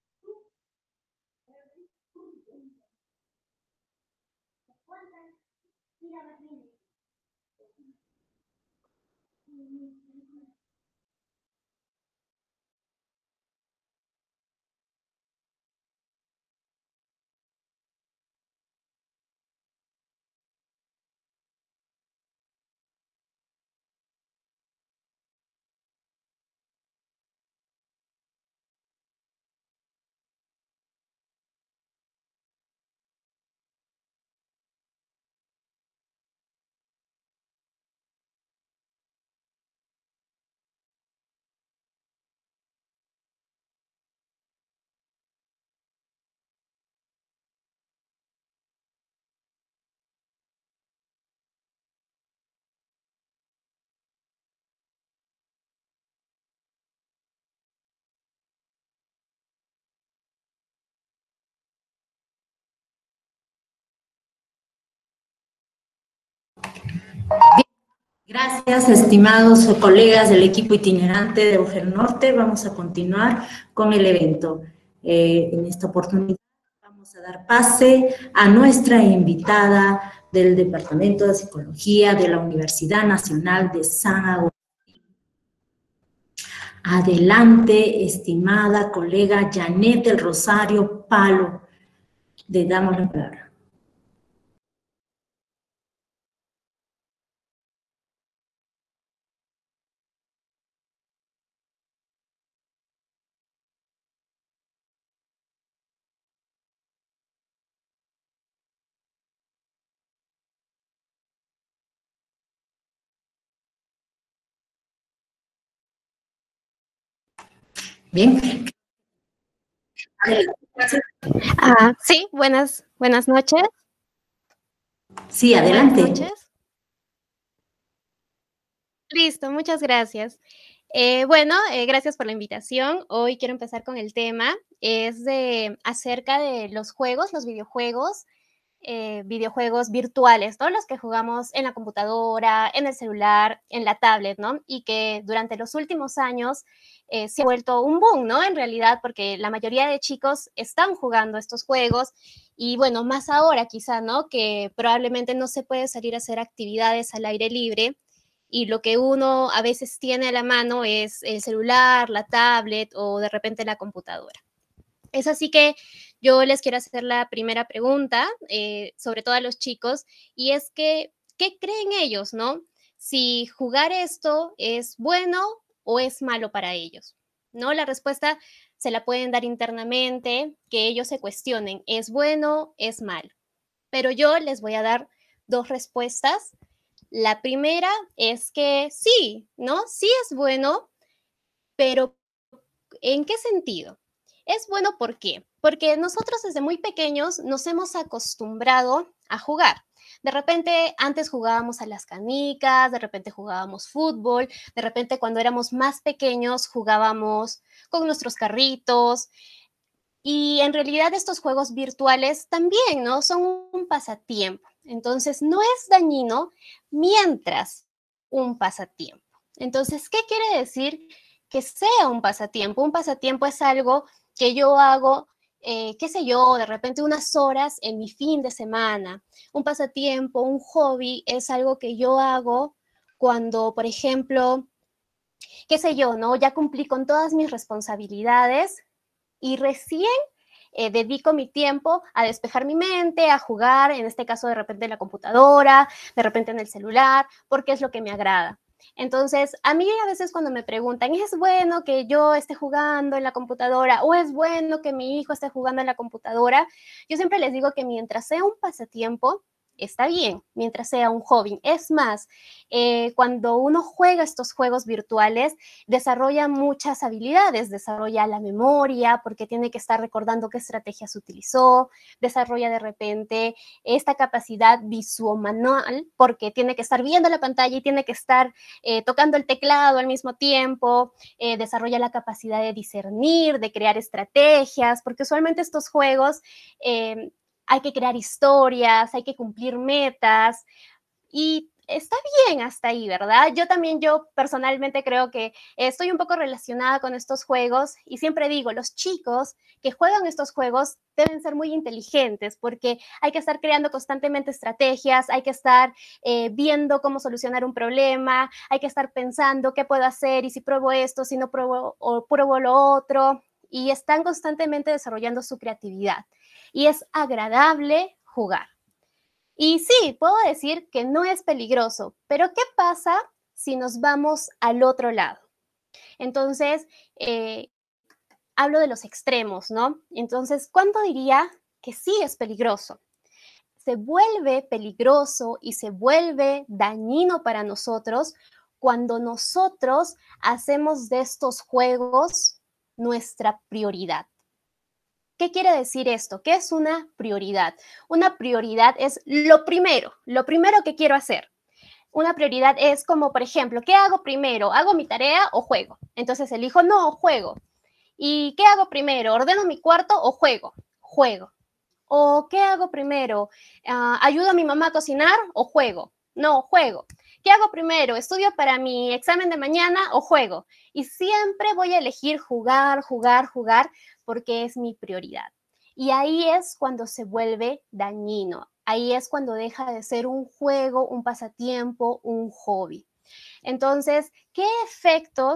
Gracias, estimados colegas del equipo itinerante de UGEL Norte. Vamos a continuar con el evento. En esta oportunidad vamos a dar pase a nuestra invitada del Departamento de Psicología de la Universidad Nacional de San Agustín, Adelante, estimada colega Janet del Rosario Palo. Le damos la palabra. Bien. Sí, buenas noches. Sí, adelante. Buenas noches. Listo, muchas gracias. Gracias por la invitación. Hoy quiero empezar con el tema, es acerca de los juegos, los videojuegos virtuales, ¿no? Los que jugamos en la computadora, en el celular, en la tablet, ¿no? Y que durante los últimos años se ha vuelto un boom, ¿no? En realidad, porque la mayoría de chicos están jugando estos juegos y bueno, más ahora quizá, ¿no? Que probablemente no se puede salir a hacer actividades al aire libre y lo que uno a veces tiene a la mano es el celular, la tablet o de repente la computadora. Es así que yo les quiero hacer la primera pregunta, sobre todo a los chicos, y es que, ¿qué creen ellos, no? Si jugar esto es bueno o es malo para ellos, ¿no? La respuesta se la pueden dar internamente, que ellos se cuestionen, ¿es bueno, es malo? Pero yo les voy a dar dos respuestas. La primera es que sí, ¿no? Sí es bueno, pero ¿en qué sentido? Es bueno, ¿por qué? Porque nosotros desde muy pequeños nos hemos acostumbrado a jugar. De repente antes jugábamos a las canicas, de repente jugábamos fútbol, de repente cuando éramos más pequeños jugábamos con nuestros carritos. Y en realidad estos juegos virtuales también, ¿no? Son un pasatiempo. Entonces no es dañino mientras un pasatiempo. Entonces, ¿qué quiere decir que sea un pasatiempo? Un pasatiempo es algo que yo hago, qué sé yo, de repente unas horas en mi fin de semana. Un pasatiempo, un hobby es algo que yo hago cuando, por ejemplo, qué sé yo, ¿no? Ya cumplí con todas mis responsabilidades y recién dedico mi tiempo a despejar mi mente, a jugar, en este caso de repente en la computadora, de repente en el celular, porque es lo que me agrada. Entonces, a mí a veces cuando me preguntan, ¿es bueno que yo esté jugando en la computadora o es bueno que mi hijo esté jugando en la computadora? Yo siempre les digo que mientras sea un pasatiempo, está bien, mientras sea un hobby. Es más, cuando uno juega estos juegos virtuales, desarrolla muchas habilidades, desarrolla la memoria porque tiene que estar recordando qué estrategias utilizó, desarrolla de repente esta capacidad visuomanual porque tiene que estar viendo la pantalla y tiene que estar tocando el teclado al mismo tiempo, desarrolla la capacidad de discernir, de crear estrategias, porque usualmente estos juegos hay que crear historias, hay que cumplir metas y está bien hasta ahí, ¿verdad? Yo personalmente creo que estoy un poco relacionada con estos juegos y siempre digo, los chicos que juegan estos juegos deben ser muy inteligentes porque hay que estar creando constantemente estrategias, hay que estar viendo cómo solucionar un problema, hay que estar pensando qué puedo hacer y si pruebo esto, si no pruebo o pruebo lo otro y están constantemente desarrollando su creatividad y es agradable jugar. Y sí, puedo decir que no es peligroso, pero ¿qué pasa si nos vamos al otro lado? Entonces, hablo de los extremos, ¿no? Entonces, ¿cuándo diría que sí es peligroso? Se vuelve peligroso y se vuelve dañino para nosotros cuando nosotros hacemos de estos juegos nuestra prioridad. ¿Qué quiere decir esto? ¿Qué es una prioridad? Una prioridad es lo primero que quiero hacer. Una prioridad es como, por ejemplo, ¿qué hago primero? ¿Hago mi tarea o juego? Entonces elijo, no, juego. ¿Y qué hago primero? ¿Ordeno mi cuarto o juego? Juego. ¿O qué hago primero? ¿Ayudo a mi mamá a cocinar o juego? No, juego. ¿Qué hago primero? ¿Estudio para mi examen de mañana o juego? Y siempre voy a elegir jugar, jugar, jugar, porque es mi prioridad. Y ahí es cuando se vuelve dañino. Ahí es cuando deja de ser un juego, un pasatiempo, un hobby. Entonces, ¿qué efectos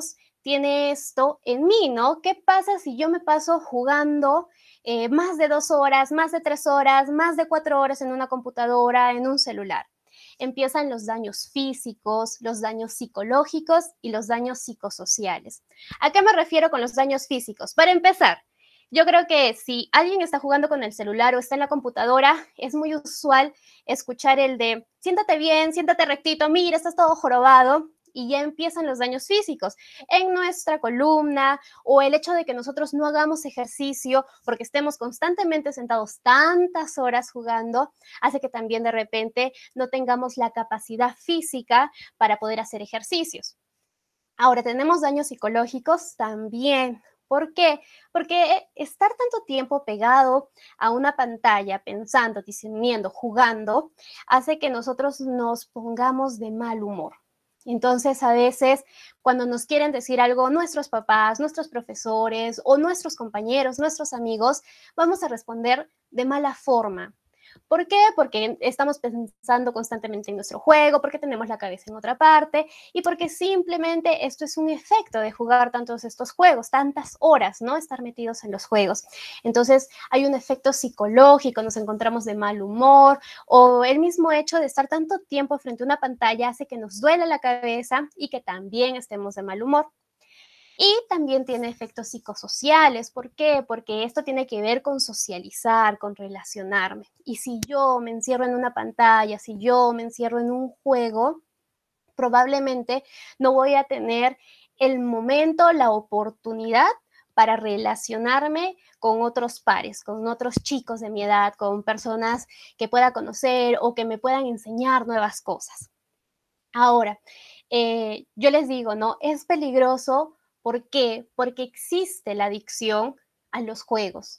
tiene esto en mí, ¿no? ¿Qué pasa si yo me paso jugando más de 2 horas, más de 3 horas, más de 4 horas en una computadora, en un celular? Empiezan los daños físicos, los daños psicológicos y los daños psicosociales. ¿A qué me refiero con los daños físicos? Para empezar, yo creo que si alguien está jugando con el celular o está en la computadora, es muy usual escuchar el de siéntate bien, siéntate rectito, mira, estás todo jorobado. Y ya empiezan los daños físicos en nuestra columna, o el hecho de que nosotros no hagamos ejercicio porque estemos constantemente sentados tantas horas jugando, hace que también de repente no tengamos la capacidad física para poder hacer ejercicios. Ahora, tenemos daños psicológicos también. ¿Por qué? Porque estar tanto tiempo pegado a una pantalla, pensando, discerniendo, jugando, hace que nosotros nos pongamos de mal humor. Entonces, a veces, cuando nos quieren decir algo nuestros papás, nuestros profesores o nuestros compañeros, nuestros amigos, vamos a responder de mala forma. ¿Por qué? Porque estamos pensando constantemente en nuestro juego, porque tenemos la cabeza en otra parte y porque simplemente esto es un efecto de jugar tantos estos juegos, tantas horas, ¿no? Estar metidos en los juegos. Entonces hay un efecto psicológico, nos encontramos de mal humor o el mismo hecho de estar tanto tiempo frente a una pantalla hace que nos duela la cabeza y que también estemos de mal humor. Y también tiene efectos psicosociales. ¿Por qué? Porque esto tiene que ver con socializar, con relacionarme. Y si yo me encierro en una pantalla, si yo me encierro en un juego, probablemente no voy a tener el momento, la oportunidad para relacionarme con otros pares, con otros chicos de mi edad, con personas que pueda conocer o que me puedan enseñar nuevas cosas. Ahora, yo les digo, ¿no? Es peligroso. ¿Por qué? Porque existe la adicción a los juegos.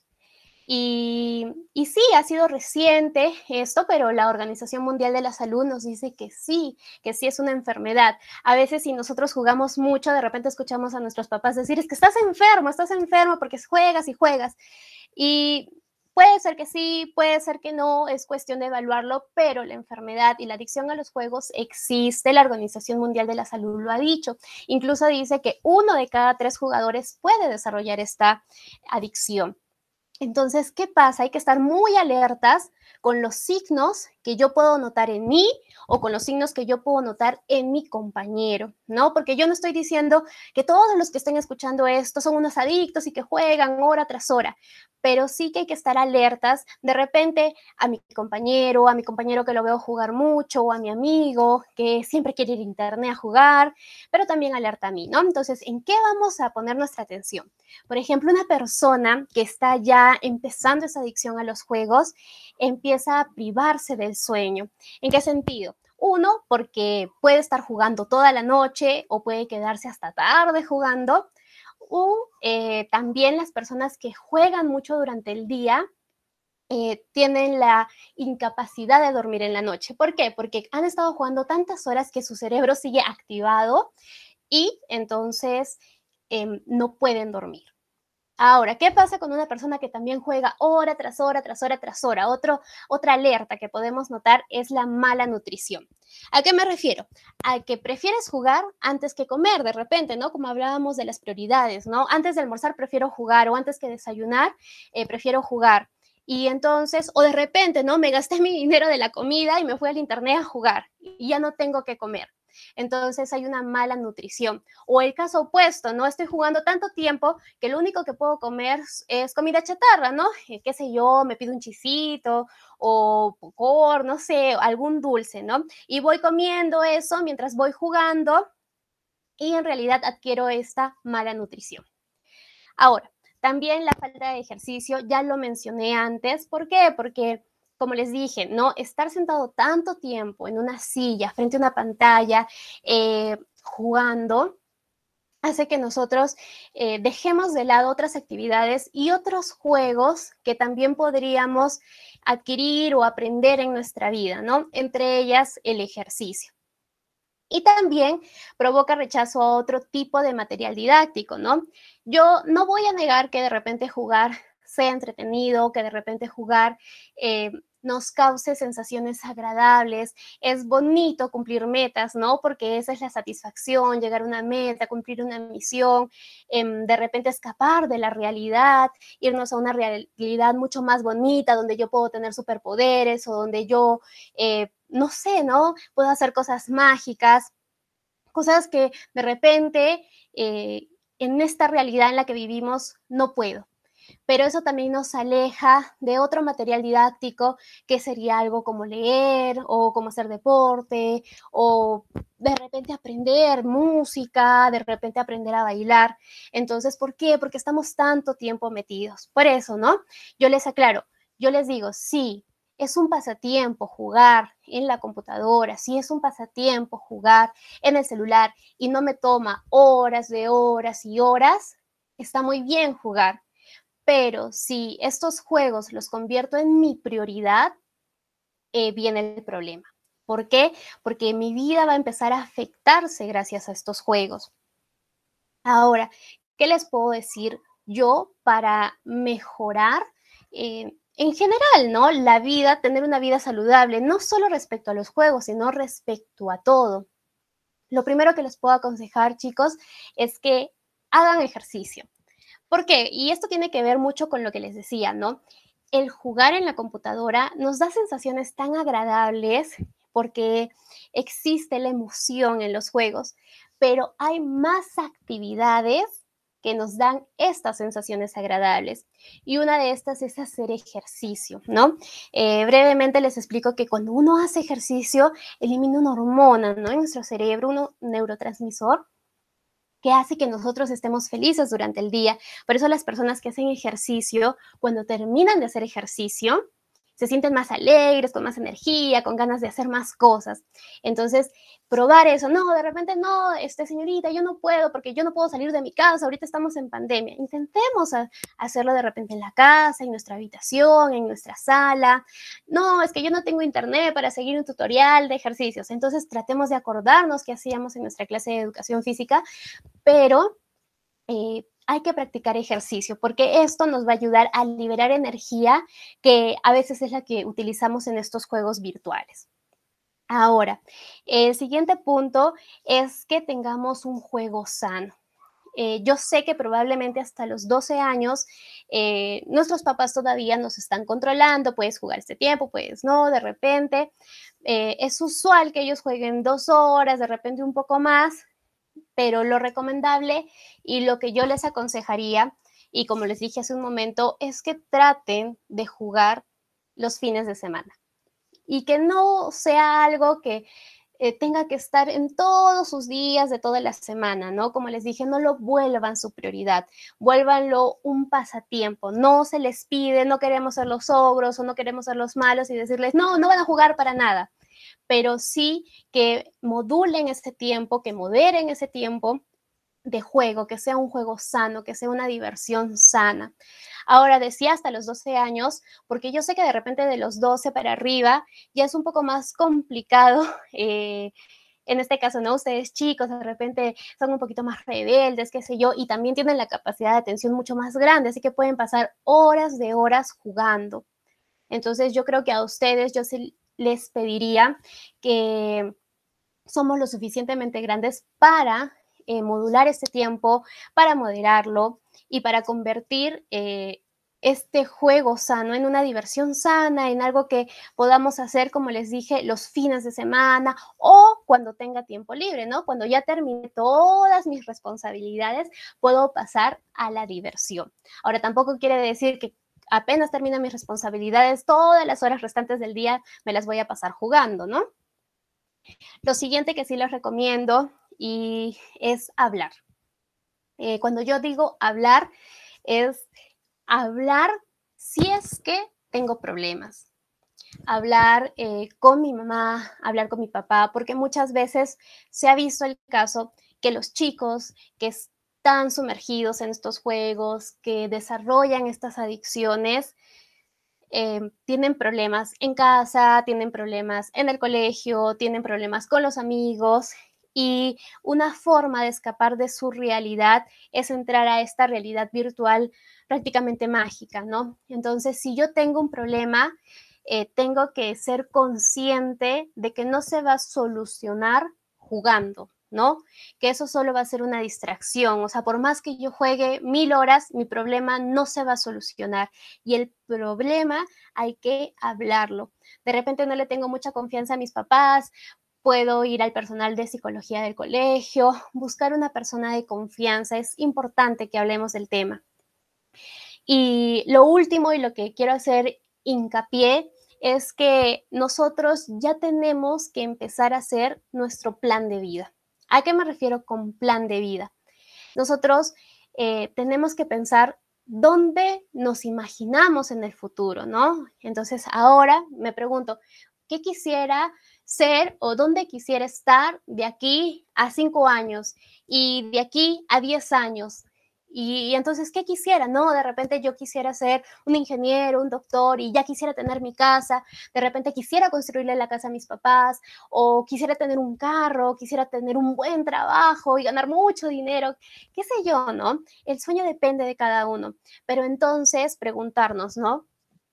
Y sí, ha sido reciente esto, pero la Organización Mundial de la Salud nos dice que sí es una enfermedad. A veces si nosotros jugamos mucho, de repente escuchamos a nuestros papás decir, es que estás enfermo porque juegas y juegas. Y puede ser que sí, puede ser que no, es cuestión de evaluarlo, pero la enfermedad y la adicción a los juegos existe, la Organización Mundial de la Salud lo ha dicho. Incluso dice que 1 de cada 3 jugadores puede desarrollar esta adicción. Entonces, ¿qué pasa? Hay que estar muy alertas con los signos que yo puedo notar en mí o con los signos que yo puedo notar en mi compañero, ¿no? Porque yo no estoy diciendo que todos los que estén escuchando esto son unos adictos y que juegan hora tras hora, pero sí que hay que estar alertas de repente a mi compañero que lo veo jugar mucho, o a mi amigo que siempre quiere ir a internet a jugar, pero también alerta a mí, ¿no? Entonces, ¿en qué vamos a poner nuestra atención? Por ejemplo, una persona que está ya empezando esa adicción a los juegos empieza a privarse del sueño. ¿En qué sentido? 1, porque puede estar jugando toda la noche o puede quedarse hasta tarde jugando. También las personas que juegan mucho durante el día tienen la incapacidad de dormir en la noche. ¿Por qué? Porque han estado jugando tantas horas que su cerebro sigue activado y entonces no pueden dormir. Ahora, ¿qué pasa con una persona que también juega hora tras hora, tras hora, tras hora? Otra alerta que podemos notar es la mala nutrición. ¿A qué me refiero? A que prefieres jugar antes que comer, de repente, ¿no? Como hablábamos de las prioridades, ¿no? Antes de almorzar prefiero jugar o antes que desayunar prefiero jugar. Y entonces, o de repente, ¿no? Me gasté mi dinero de la comida y me fui al internet a jugar y ya no tengo que comer. Entonces hay una mala nutrición. O el caso opuesto, ¿no? Estoy jugando tanto tiempo que lo único que puedo comer es comida chatarra, ¿no? Qué sé yo, me pido un chisito o popcorn, no sé, algún dulce, ¿no? Y voy comiendo eso mientras voy jugando y en realidad adquiero esta mala nutrición. Ahora, también la falta de ejercicio, ya lo mencioné antes. ¿Por qué? Porque como les dije, ¿no? Estar sentado tanto tiempo en una silla, frente a una pantalla, jugando, hace que nosotros dejemos de lado otras actividades y otros juegos que también podríamos adquirir o aprender en nuestra vida, ¿no? Entre ellas, el ejercicio. Y también provoca rechazo a otro tipo de material didáctico, ¿no? Yo no voy a negar que de repente jugar sea entretenido, que de repente jugar nos cause sensaciones agradables. Es bonito cumplir metas, ¿no? Porque esa es la satisfacción, llegar a una meta, cumplir una misión, de repente escapar de la realidad, irnos a una realidad mucho más bonita, donde yo puedo tener superpoderes o donde yo, no sé, ¿no? Puedo hacer cosas mágicas, cosas que de repente en esta realidad en la que vivimos no puedo. Pero eso también nos aleja de otro material didáctico que sería algo como leer o como hacer deporte o de repente aprender música, de repente aprender a bailar. Entonces, ¿por qué? Porque estamos tanto tiempo metidos. Por eso, ¿no? Yo les aclaro, yo les digo, sí, es un pasatiempo jugar en la computadora, sí es un pasatiempo jugar en el celular y no me toma horas de horas y horas, está muy bien jugar. Pero si estos juegos los convierto en mi prioridad, viene el problema. ¿Por qué? Porque mi vida va a empezar a afectarse gracias a estos juegos. Ahora, ¿qué les puedo decir yo para mejorar en general, ¿no? La vida, tener una vida saludable, no solo respecto a los juegos, sino respecto a todo. Lo primero que les puedo aconsejar, chicos, es que hagan ejercicio. ¿Por qué? Y esto tiene que ver mucho con lo que les decía, ¿no? El jugar en la computadora nos da sensaciones tan agradables porque existe la emoción en los juegos, pero hay más actividades que nos dan estas sensaciones agradables. Y una de estas es hacer ejercicio, ¿no? Brevemente les explico que cuando uno hace ejercicio, elimina una hormona, ¿no? En nuestro cerebro, un neurotransmisor que hace que nosotros estemos felices durante el día. Por eso las personas que hacen ejercicio, cuando terminan de hacer ejercicio, se sienten más alegres, con más energía, con ganas de hacer más cosas. Entonces, probar eso. No, de repente no, señorita, yo no puedo porque yo no puedo salir de mi casa, ahorita estamos en pandemia. Intentemos hacerlo de repente en la casa, en nuestra habitación, en nuestra sala. No, es que yo no tengo internet para seguir un tutorial de ejercicios. Entonces, tratemos de acordarnos qué hacíamos en nuestra clase de educación física, pero hay que practicar ejercicio porque esto nos va a ayudar a liberar energía que a veces es la que utilizamos en estos juegos virtuales. Ahora, el siguiente punto es que tengamos un juego sano. Yo sé que probablemente hasta los 12 años nuestros papás todavía nos están controlando, puedes jugar este tiempo, puedes no, de repente. Es usual que ellos jueguen 2 horas, de repente un poco más, pero lo recomendable y lo que yo les aconsejaría, y como les dije hace un momento, es que traten de jugar los fines de semana y que no sea algo que tenga que estar en todos sus días de toda la semana, ¿no? Como les dije, no lo vuelvan su prioridad, vuélvanlo un pasatiempo, no se les pide, no queremos ser los ogros o no queremos ser los malos y decirles, no, no van a jugar para nada, pero sí que modulen ese tiempo, que moderen ese tiempo de juego, que sea un juego sano, que sea una diversión sana. Ahora, decía hasta los 12 años, porque yo sé que de repente de los 12 para arriba ya es un poco más complicado. En este caso, ¿no? Ustedes chicos de repente son un poquito más rebeldes, qué sé yo, y también tienen la capacidad de atención mucho más grande, así que pueden pasar horas de horas jugando. Entonces, yo creo que a ustedes yo sí les pediría que somos lo suficientemente grandes para modular este tiempo, para moderarlo y para convertir este juego sano en una diversión sana, en algo que podamos hacer, como les dije, los fines de semana o cuando tenga tiempo libre, ¿no? Cuando ya termine todas mis responsabilidades, puedo pasar a la diversión. Ahora, tampoco quiere decir que apenas termino mis responsabilidades, todas las horas restantes del día me las voy a pasar jugando, ¿no? Lo siguiente que sí les recomiendo y es hablar. Cuando yo digo hablar, es hablar si es que tengo problemas. Hablar con mi mamá, hablar con mi papá, porque muchas veces se ha visto el caso que los chicos que están sumergidos en estos juegos, que desarrollan estas adicciones, tienen problemas en casa, tienen problemas en el colegio, tienen problemas con los amigos y una forma de escapar de su realidad es entrar a esta realidad virtual prácticamente mágica, ¿no? Entonces, si yo tengo un problema, tengo que ser consciente de que no se va a solucionar jugando, ¿no? Que eso solo va a ser una distracción. O sea, por más que yo juegue 1000 horas, mi problema no se va a solucionar. Y el problema hay que hablarlo. De repente no le tengo mucha confianza a mis papás, puedo ir al personal de psicología del colegio, buscar una persona de confianza. Es importante que hablemos del tema. Y lo último y lo que quiero hacer hincapié es que nosotros ya tenemos que empezar a hacer nuestro plan de vida. ¿A qué me refiero con plan de vida? Nosotros tenemos que pensar dónde nos imaginamos en el futuro, ¿no? Entonces ahora me pregunto, ¿qué quisiera ser o dónde quisiera estar de aquí a 5 años y de aquí a 10 años? Y entonces, ¿qué quisiera? No, de repente yo quisiera ser un ingeniero, un doctor y ya quisiera tener mi casa, de repente quisiera construirle la casa a mis papás o quisiera tener un carro, quisiera tener un buen trabajo y ganar mucho dinero, qué sé yo, ¿no? El sueño depende de cada uno, pero entonces preguntarnos, ¿no?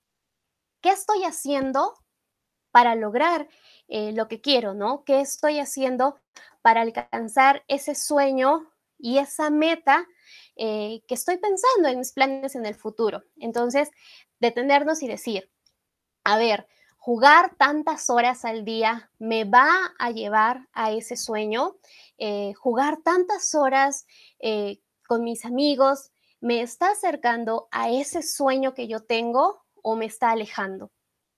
¿Qué estoy haciendo para lograr lo que quiero, ¿no? ¿Qué estoy haciendo para alcanzar ese sueño y esa meta que estoy pensando en mis planes en el futuro? Entonces, detenernos y decir, a ver, jugar tantas horas al día me va a llevar a ese sueño. Jugar tantas horas con mis amigos me está acercando a ese sueño que yo tengo o me está alejando.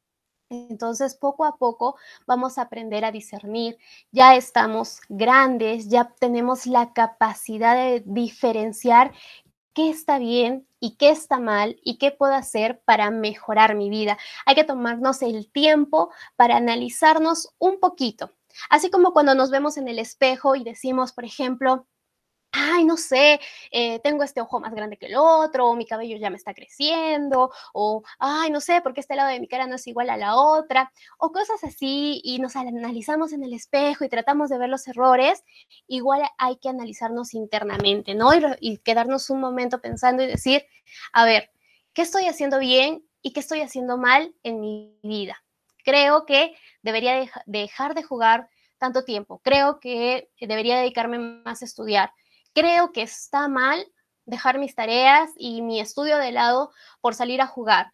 Entonces, poco a poco vamos a aprender a discernir. Ya estamos grandes, ya tenemos la capacidad de diferenciar qué está bien y qué está mal y qué puedo hacer para mejorar mi vida. Hay que tomarnos el tiempo para analizarnos un poquito. Así como cuando nos vemos en el espejo y decimos, por ejemplo, ay, no sé, tengo este ojo más grande que el otro, o mi cabello ya me está creciendo, o, ay, no sé, porque este lado de mi cara no es igual a la otra, o cosas así, y nos analizamos en el espejo y tratamos de ver los errores, igual hay que analizarnos internamente, ¿no? Y quedarnos un momento pensando y decir, a ver, ¿qué estoy haciendo bien y qué estoy haciendo mal en mi vida? Creo que debería dejar de jugar tanto tiempo, creo que debería dedicarme más a estudiar. Creo que está mal dejar mis tareas y mi estudio de lado por salir a jugar,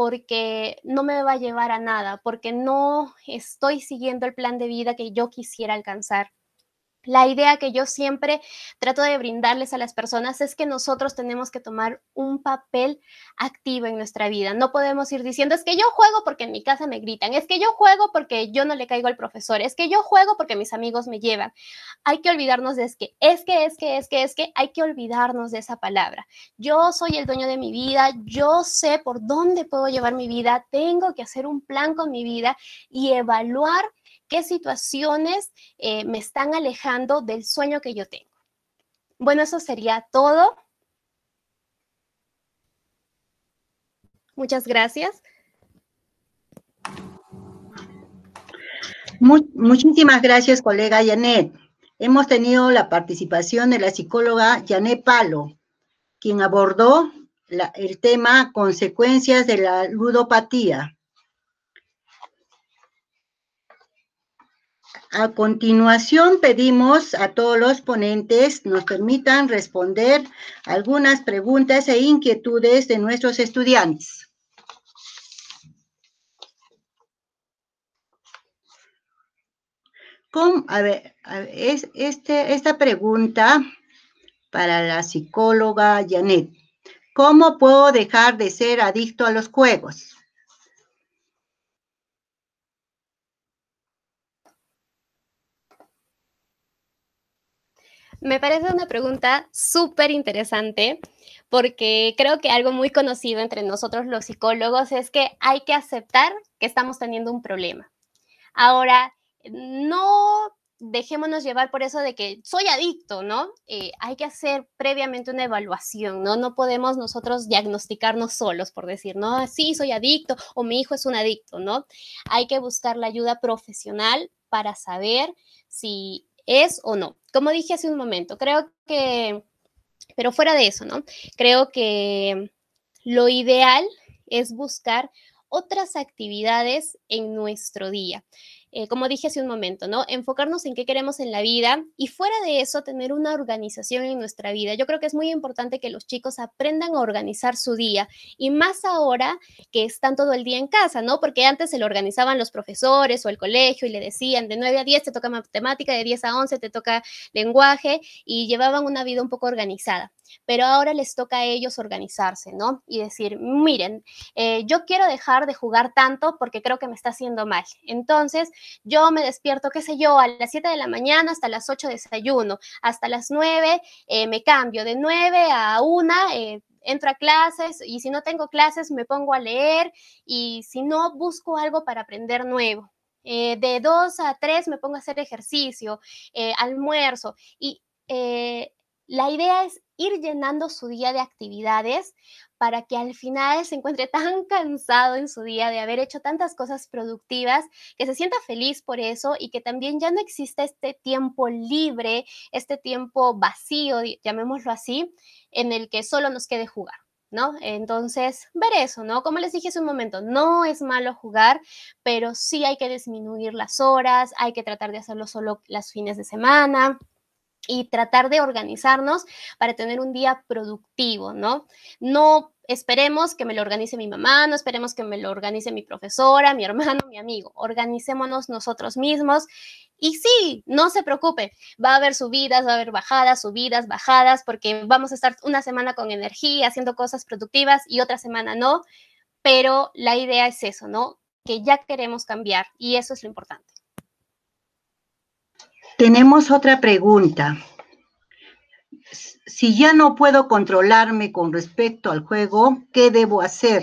porque no me va a llevar a nada, porque no estoy siguiendo el plan de vida que yo quisiera alcanzar. La idea que yo siempre trato de brindarles a las personas es que nosotros tenemos que tomar un papel activo en nuestra vida. No podemos ir diciendo, es que yo juego porque en mi casa me gritan, es que yo juego porque yo no le caigo al profesor, es que yo juego porque mis amigos me llevan. Hay que olvidarnos de hay que olvidarnos de esa palabra. Yo soy el dueño de mi vida, yo sé por dónde puedo llevar mi vida, tengo que hacer un plan con mi vida y evaluar qué situaciones me están alejando del sueño que yo tengo. Bueno, eso sería todo. Muchas gracias. Muchísimas gracias, colega Janet. Hemos tenido la participación de la psicóloga Janet Palo, quien abordó el tema consecuencias de la ludopatía. A continuación, pedimos a todos los ponentes nos permitan responder algunas preguntas e inquietudes de nuestros estudiantes. Esta pregunta para la psicóloga Janet. ¿Cómo puedo dejar de ser adicto a los juegos? Me parece una pregunta súper interesante porque creo que algo muy conocido entre nosotros los psicólogos es que hay que aceptar que estamos teniendo un problema. Ahora, no dejémonos llevar por eso de que soy adicto, ¿no? Hay que hacer previamente una evaluación, ¿no? No podemos nosotros diagnosticarnos solos por decir, no, sí, soy adicto o mi hijo es un adicto, ¿no? Hay que buscar la ayuda profesional para saber si es o no. Como dije hace un momento, creo que, pero fuera de eso, ¿no? Creo que lo ideal es buscar otras actividades en nuestro día. Como dije hace un momento, ¿no? Enfocarnos en qué queremos en la vida y fuera de eso tener una organización en nuestra vida. Yo creo que es muy importante que los chicos aprendan a organizar su día y más ahora que están todo el día en casa, ¿no? Porque antes se lo organizaban los profesores o el colegio y le decían de 9 a 10 te toca matemática, de 10 a 11 te toca lenguaje y llevaban una vida un poco organizada. Pero ahora les toca a ellos organizarse, ¿no? Y decir, miren, yo quiero dejar de jugar tanto porque creo que me está haciendo mal. Entonces, yo me despierto, qué sé yo, a las 7 de la mañana, hasta las 8 desayuno, hasta las 9 me cambio, de 9 a 1 entro a clases y si no tengo clases me pongo a leer y si no busco algo para aprender nuevo. De 2 a 3 me pongo a hacer ejercicio, almuerzo y la idea es ir llenando su día de actividades para que al final se encuentre tan cansado en su día de haber hecho tantas cosas productivas, que se sienta feliz por eso y que también ya no exista este tiempo libre, este tiempo vacío, llamémoslo así, en el que solo nos quede jugar, ¿no? Entonces, ver eso, ¿no? Como les dije hace un momento, no es malo jugar, pero sí hay que disminuir las horas, hay que tratar de hacerlo solo los fines de semana y tratar de organizarnos para tener un día productivo, ¿no? No esperemos que me lo organice mi mamá, no esperemos que me lo organice mi profesora, mi hermano, mi amigo. Organicémonos nosotros mismos. Y sí, no se preocupe, va a haber subidas, va a haber bajadas, subidas, bajadas, porque vamos a estar una semana con energía, haciendo cosas productivas y otra semana no, pero la idea es eso, ¿no? Que ya queremos cambiar y eso es lo importante. Tenemos otra pregunta. Si ya no puedo controlarme con respecto al juego, ¿qué debo hacer?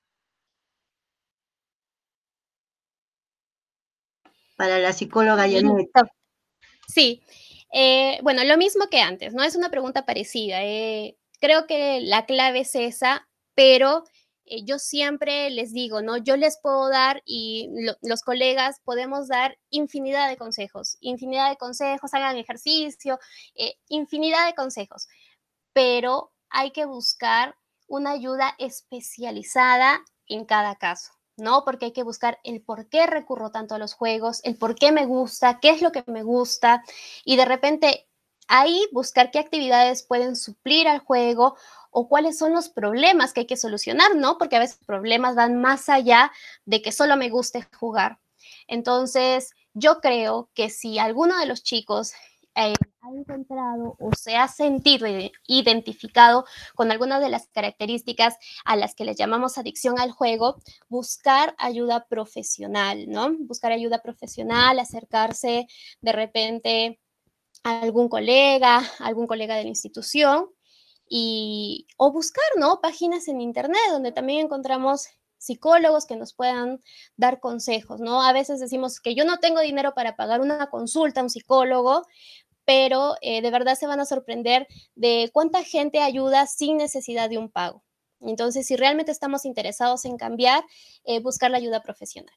Para la psicóloga Janet. Sí, bueno, lo mismo que antes, ¿no? Es una pregunta parecida. Creo que la clave es esa, pero yo siempre les digo, ¿no? Yo les puedo dar y los colegas podemos dar infinidad de consejos, hagan ejercicio, infinidad de consejos, pero hay que buscar una ayuda especializada en cada caso, ¿no? Porque hay que buscar el por qué recurro tanto a los juegos, el por qué me gusta, qué es lo que me gusta, y de repente ahí buscar qué actividades pueden suplir al juego o cuáles son los problemas que hay que solucionar, ¿no? Porque a veces problemas van más allá de que solo me guste jugar. Entonces, yo creo que si alguno de los chicos ha encontrado o se ha sentido identificado con algunas de las características a las que les llamamos adicción al juego, buscar ayuda profesional, ¿no? Buscar ayuda profesional, acercarse de repente a algún colega de la institución o buscar, ¿no? Páginas en internet donde también encontramos psicólogos que nos puedan dar consejos, ¿no? A veces decimos que yo no tengo dinero para pagar una consulta a un psicólogo, pero de verdad se van a sorprender de cuánta gente ayuda sin necesidad de un pago. Entonces, si realmente estamos interesados en cambiar, buscar la ayuda profesional.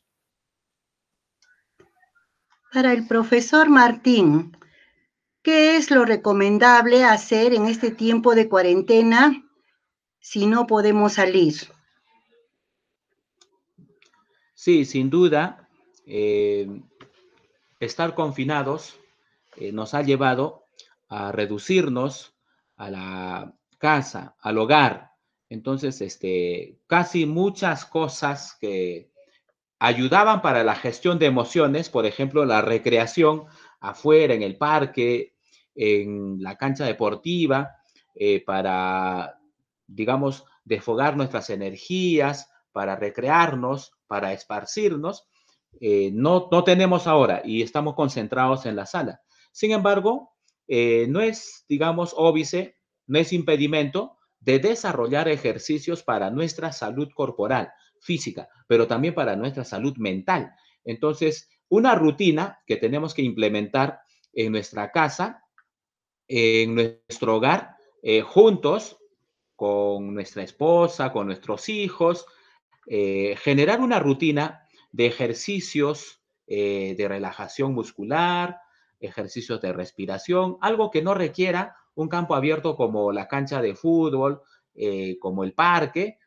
Para el profesor Martín, ¿qué es lo recomendable hacer en este tiempo de cuarentena si no podemos salir? Sí, sin duda, estar confinados nos ha llevado a reducirnos a la casa, al hogar. Entonces, casi muchas cosas que ayudaban para la gestión de emociones, por ejemplo, la recreación afuera, en el parque, en la cancha deportiva, para, digamos, desfogar nuestras energías, para recrearnos, para esparcirnos, no tenemos ahora y estamos concentrados en la sala. Sin embargo, no es, digamos, óbice, no es impedimento de desarrollar ejercicios para nuestra salud corporal, física, pero también para nuestra salud mental. Entonces, una rutina que tenemos que implementar en nuestra casa, en nuestro hogar, juntos con nuestra esposa, con nuestros hijos, generar una rutina de ejercicios de relajación muscular, ejercicios de respiración, algo que no requiera un campo abierto como la cancha de fútbol, como el parque,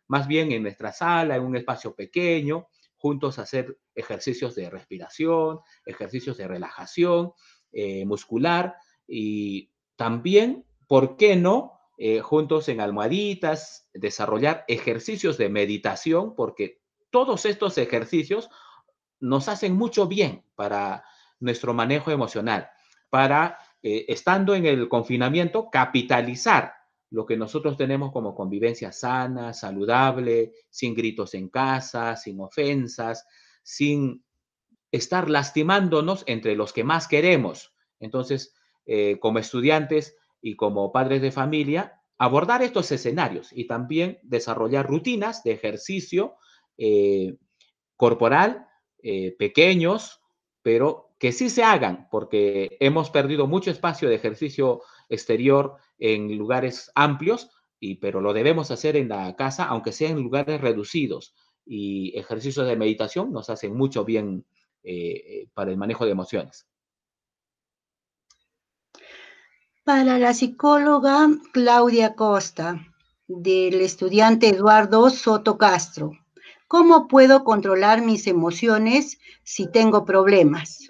más bien en nuestra sala, en un espacio pequeño, juntos hacer ejercicios de respiración, ejercicios de relajación muscular y también, ¿por qué no? Juntos en almohaditas, desarrollar ejercicios de meditación, porque todos estos ejercicios nos hacen mucho bien para nuestro manejo emocional, para, estando en el confinamiento, capitalizar lo que nosotros tenemos como convivencia sana, saludable, sin gritos en casa, sin ofensas, sin estar lastimándonos entre los que más queremos. Entonces, como estudiantes y como padres de familia, abordar estos escenarios y también desarrollar rutinas de ejercicio eh, corporal, pequeños, pero que sí se hagan, porque hemos perdido mucho espacio de ejercicio exterior en lugares amplios, pero lo debemos hacer en la casa, aunque sea en lugares reducidos. Y ejercicios de meditación nos hacen mucho bien para el manejo de emociones. Para la psicóloga Claudia Costa, del estudiante Eduardo Soto Castro, ¿cómo puedo controlar mis emociones si tengo problemas?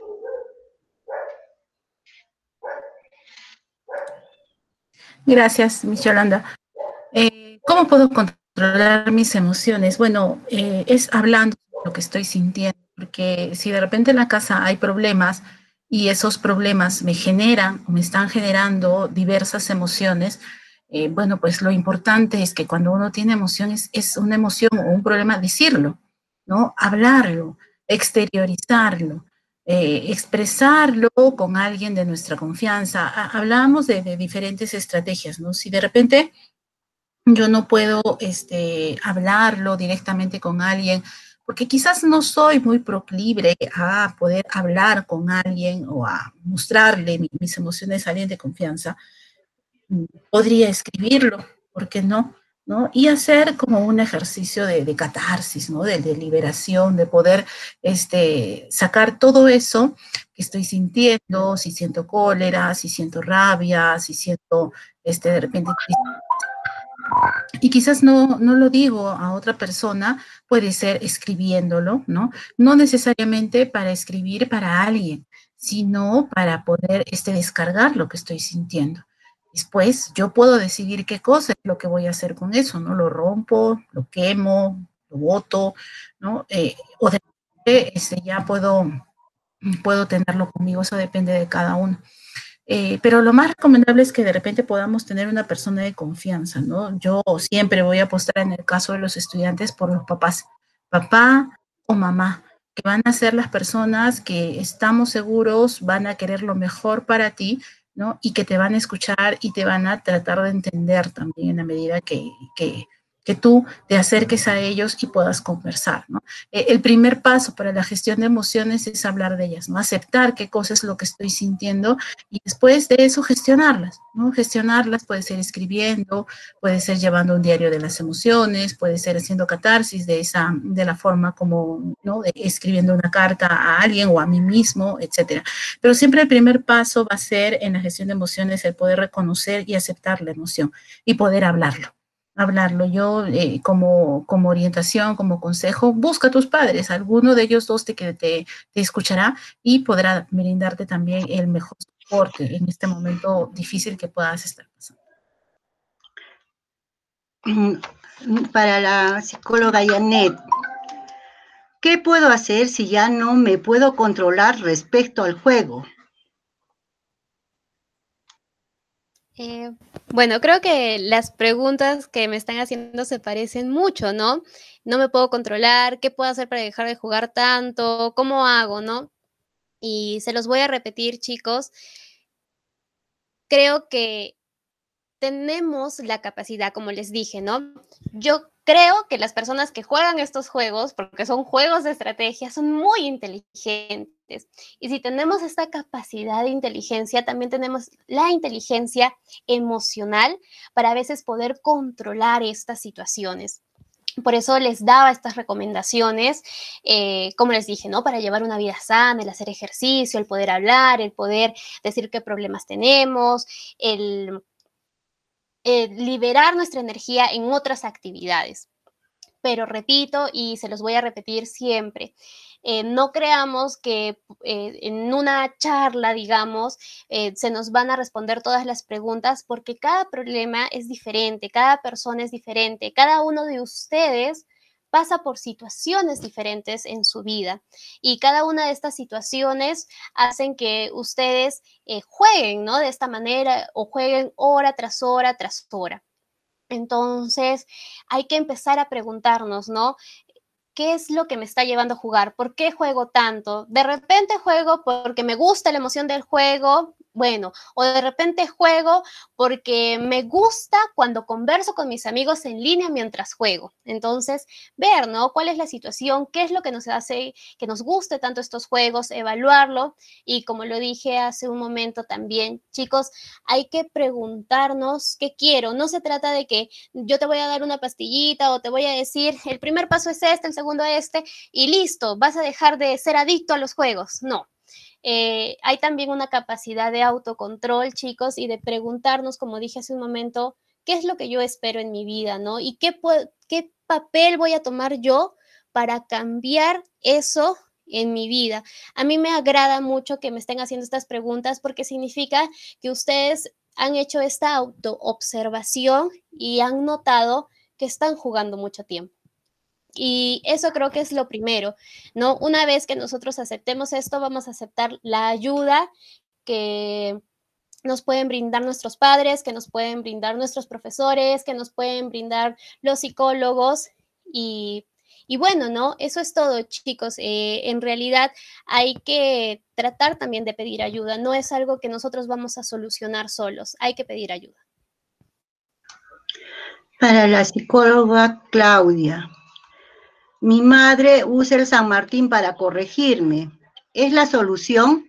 Gracias, Miss Yolanda. ¿Cómo puedo controlar mis emociones? Bueno, es hablando de lo que estoy sintiendo, porque si de repente en la casa hay problemas y esos problemas me generan o me están generando diversas emociones, bueno, pues lo importante es que cuando uno tiene emociones, es una emoción o un problema, decirlo, ¿no? Hablarlo, exteriorizarlo. Expresarlo con alguien de nuestra confianza. Hablábamos de diferentes estrategias, ¿no? Si de repente yo no puedo hablarlo directamente con alguien, porque quizás no soy muy proclive a poder hablar con alguien o a mostrarle mis emociones a alguien de confianza. Podría escribirlo, ¿por qué no? ¿No? Y hacer como un ejercicio de catarsis, ¿no? De liberación, de poder sacar todo eso que estoy sintiendo, si siento cólera, si siento rabia, si siento de repente y quizás no lo digo a otra persona, puede ser escribiéndolo, ¿no? No necesariamente para escribir para alguien, sino para poder descargar lo que estoy sintiendo. Después yo puedo decidir qué cosa es lo que voy a hacer con eso, ¿no? Lo rompo, lo quemo, lo boto, ¿no? O de ya puedo tenerlo conmigo, eso depende de cada uno. Pero lo más recomendable es que de repente podamos tener una persona de confianza, ¿no? Yo siempre voy a apostar en el caso de los estudiantes por los papás, papá o mamá, que van a ser las personas que estamos seguros van a querer lo mejor para ti, ¿no? Y que te van a escuchar y te van a tratar de entender también en la medida que tú te acerques a ellos y puedas conversar, ¿no? El primer paso para la gestión de emociones es hablar de ellas, ¿no? Aceptar qué cosa es lo que estoy sintiendo y después de eso gestionarlas, ¿no? Gestionarlas puede ser escribiendo, puede ser llevando un diario de las emociones, puede ser haciendo catarsis de la forma como, ¿no? Escribiendo una carta a alguien o a mí mismo, etcétera. Pero siempre el primer paso va a ser en la gestión de emociones el poder reconocer y aceptar la emoción y poder hablarlo. Yo como orientación, como consejo, busca a tus padres, alguno de ellos dos te escuchará y podrá brindarte también el mejor soporte en este momento difícil que puedas estar pasando. Para la psicóloga Janet, ¿qué puedo hacer si ya no me puedo controlar respecto al juego? Bueno, creo que las preguntas que me están haciendo se parecen mucho, ¿no? No me puedo controlar, ¿qué puedo hacer para dejar de jugar tanto? ¿Cómo hago, no? Y se los voy a repetir, chicos. Creo que tenemos la capacidad, como les dije, ¿no? Yo creo que las personas que juegan estos juegos, porque son juegos de estrategia, son muy inteligentes. Y si tenemos esta capacidad de inteligencia, también tenemos la inteligencia emocional para a veces poder controlar estas situaciones. Por eso les daba estas recomendaciones, como les dije, ¿no? Para llevar una vida sana, el hacer ejercicio, el poder hablar, el poder decir qué problemas tenemos, el liberar nuestra energía en otras actividades. pero repito y se los voy a repetir siempre. No creamos que en una charla, digamos, se nos van a responder todas las preguntas, porque cada problema es diferente, cada persona es diferente, cada uno de ustedes pasa por situaciones diferentes en su vida y cada una de estas situaciones hacen que ustedes jueguen, ¿no? De esta manera o jueguen hora tras hora tras hora. Entonces, hay que empezar a preguntarnos, ¿no? ¿Qué es lo que me está llevando a jugar? ¿Por qué juego tanto? De repente juego porque me gusta la emoción del juego, bueno, o de repente juego porque me gusta cuando converso con mis amigos en línea mientras juego. Entonces, ver, ¿no? ¿Cuál es la situación? ¿Qué es lo que nos hace que nos guste tanto estos juegos? Evaluarlo. Y como lo dije hace un momento también, chicos, hay que preguntarnos qué quiero. No se trata de que yo te voy a dar una pastillita o te voy a decir, el primer paso es este, el segundo este, y listo, vas a dejar de ser adicto a los juegos. No. Hay también una capacidad de autocontrol, chicos, y de preguntarnos, como dije hace un momento, ¿qué es lo que yo espero en mi vida, no? ¿Y qué papel voy a tomar yo para cambiar eso en mi vida? A mí me agrada mucho que me estén haciendo estas preguntas porque significa que ustedes han hecho esta autoobservación y han notado que están jugando mucho tiempo. Y eso creo que es lo primero, ¿no? Una vez que nosotros aceptemos esto, vamos a aceptar la ayuda que nos pueden brindar nuestros padres, que nos pueden brindar nuestros profesores, que nos pueden brindar los psicólogos y bueno, ¿no? Eso es todo, chicos. En realidad hay que tratar también de pedir ayuda. No es algo que nosotros vamos a solucionar solos. Hay que pedir ayuda. Para la psicóloga Claudia. Mi madre usa el San Martín para corregirme. ¿Es la solución?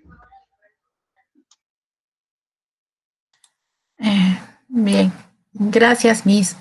Bien, gracias, Miss.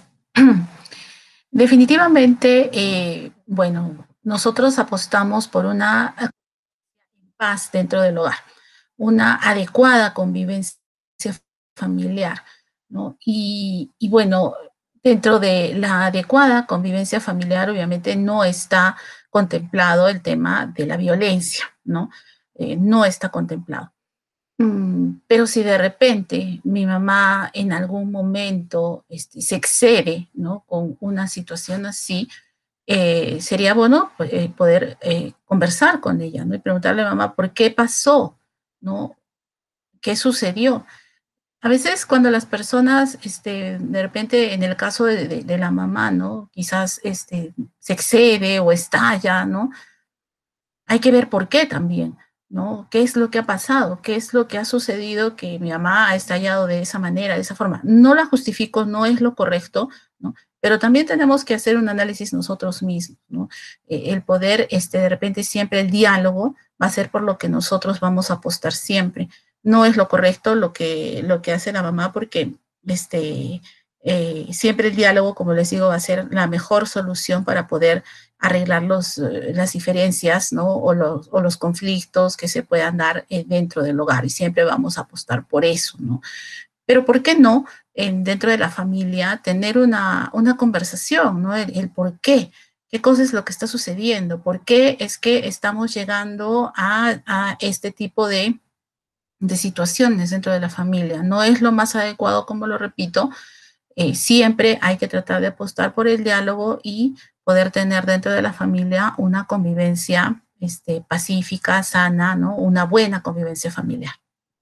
Definitivamente, bueno, nosotros apostamos por una paz dentro del hogar, una adecuada convivencia familiar, ¿no? Y bueno, dentro de la adecuada convivencia familiar, obviamente no está contemplado el tema de la violencia, ¿no? No está contemplado. Pero si de repente mi mamá en algún momento se excede, ¿no? Con una situación así, sería bueno poder conversar con ella, ¿no? Y preguntarle a mamá, ¿por qué pasó? ¿No? ¿Qué sucedió? A veces cuando las personas, de repente, en el caso de la mamá, ¿no? Quizás se excede o estalla, ¿no? Hay que ver por qué también, ¿no? ¿Qué es lo que ha pasado? ¿Qué es lo que ha sucedido que mi mamá ha estallado de esa manera, de esa forma? No la justifico, no es lo correcto, ¿no? Pero también tenemos que hacer un análisis nosotros mismos, ¿no? El poder, de repente, siempre el diálogo va a ser por lo que nosotros vamos a apostar siempre. No es lo correcto lo que hace la mamá porque, siempre el diálogo, como les digo, va a ser la mejor solución para poder arreglar las diferencias, ¿no? O los conflictos que se puedan dar dentro del hogar y siempre vamos a apostar por eso, ¿no? Pero ¿por qué no dentro de la familia tener una conversación, ¿no? El por qué cosa es lo que está sucediendo, por qué es que estamos llegando a este tipo de situaciones dentro de la familia. No es lo más adecuado, como lo repito, siempre hay que tratar de apostar por el diálogo y poder tener dentro de la familia una convivencia pacífica, sana, ¿no? Una buena convivencia familiar.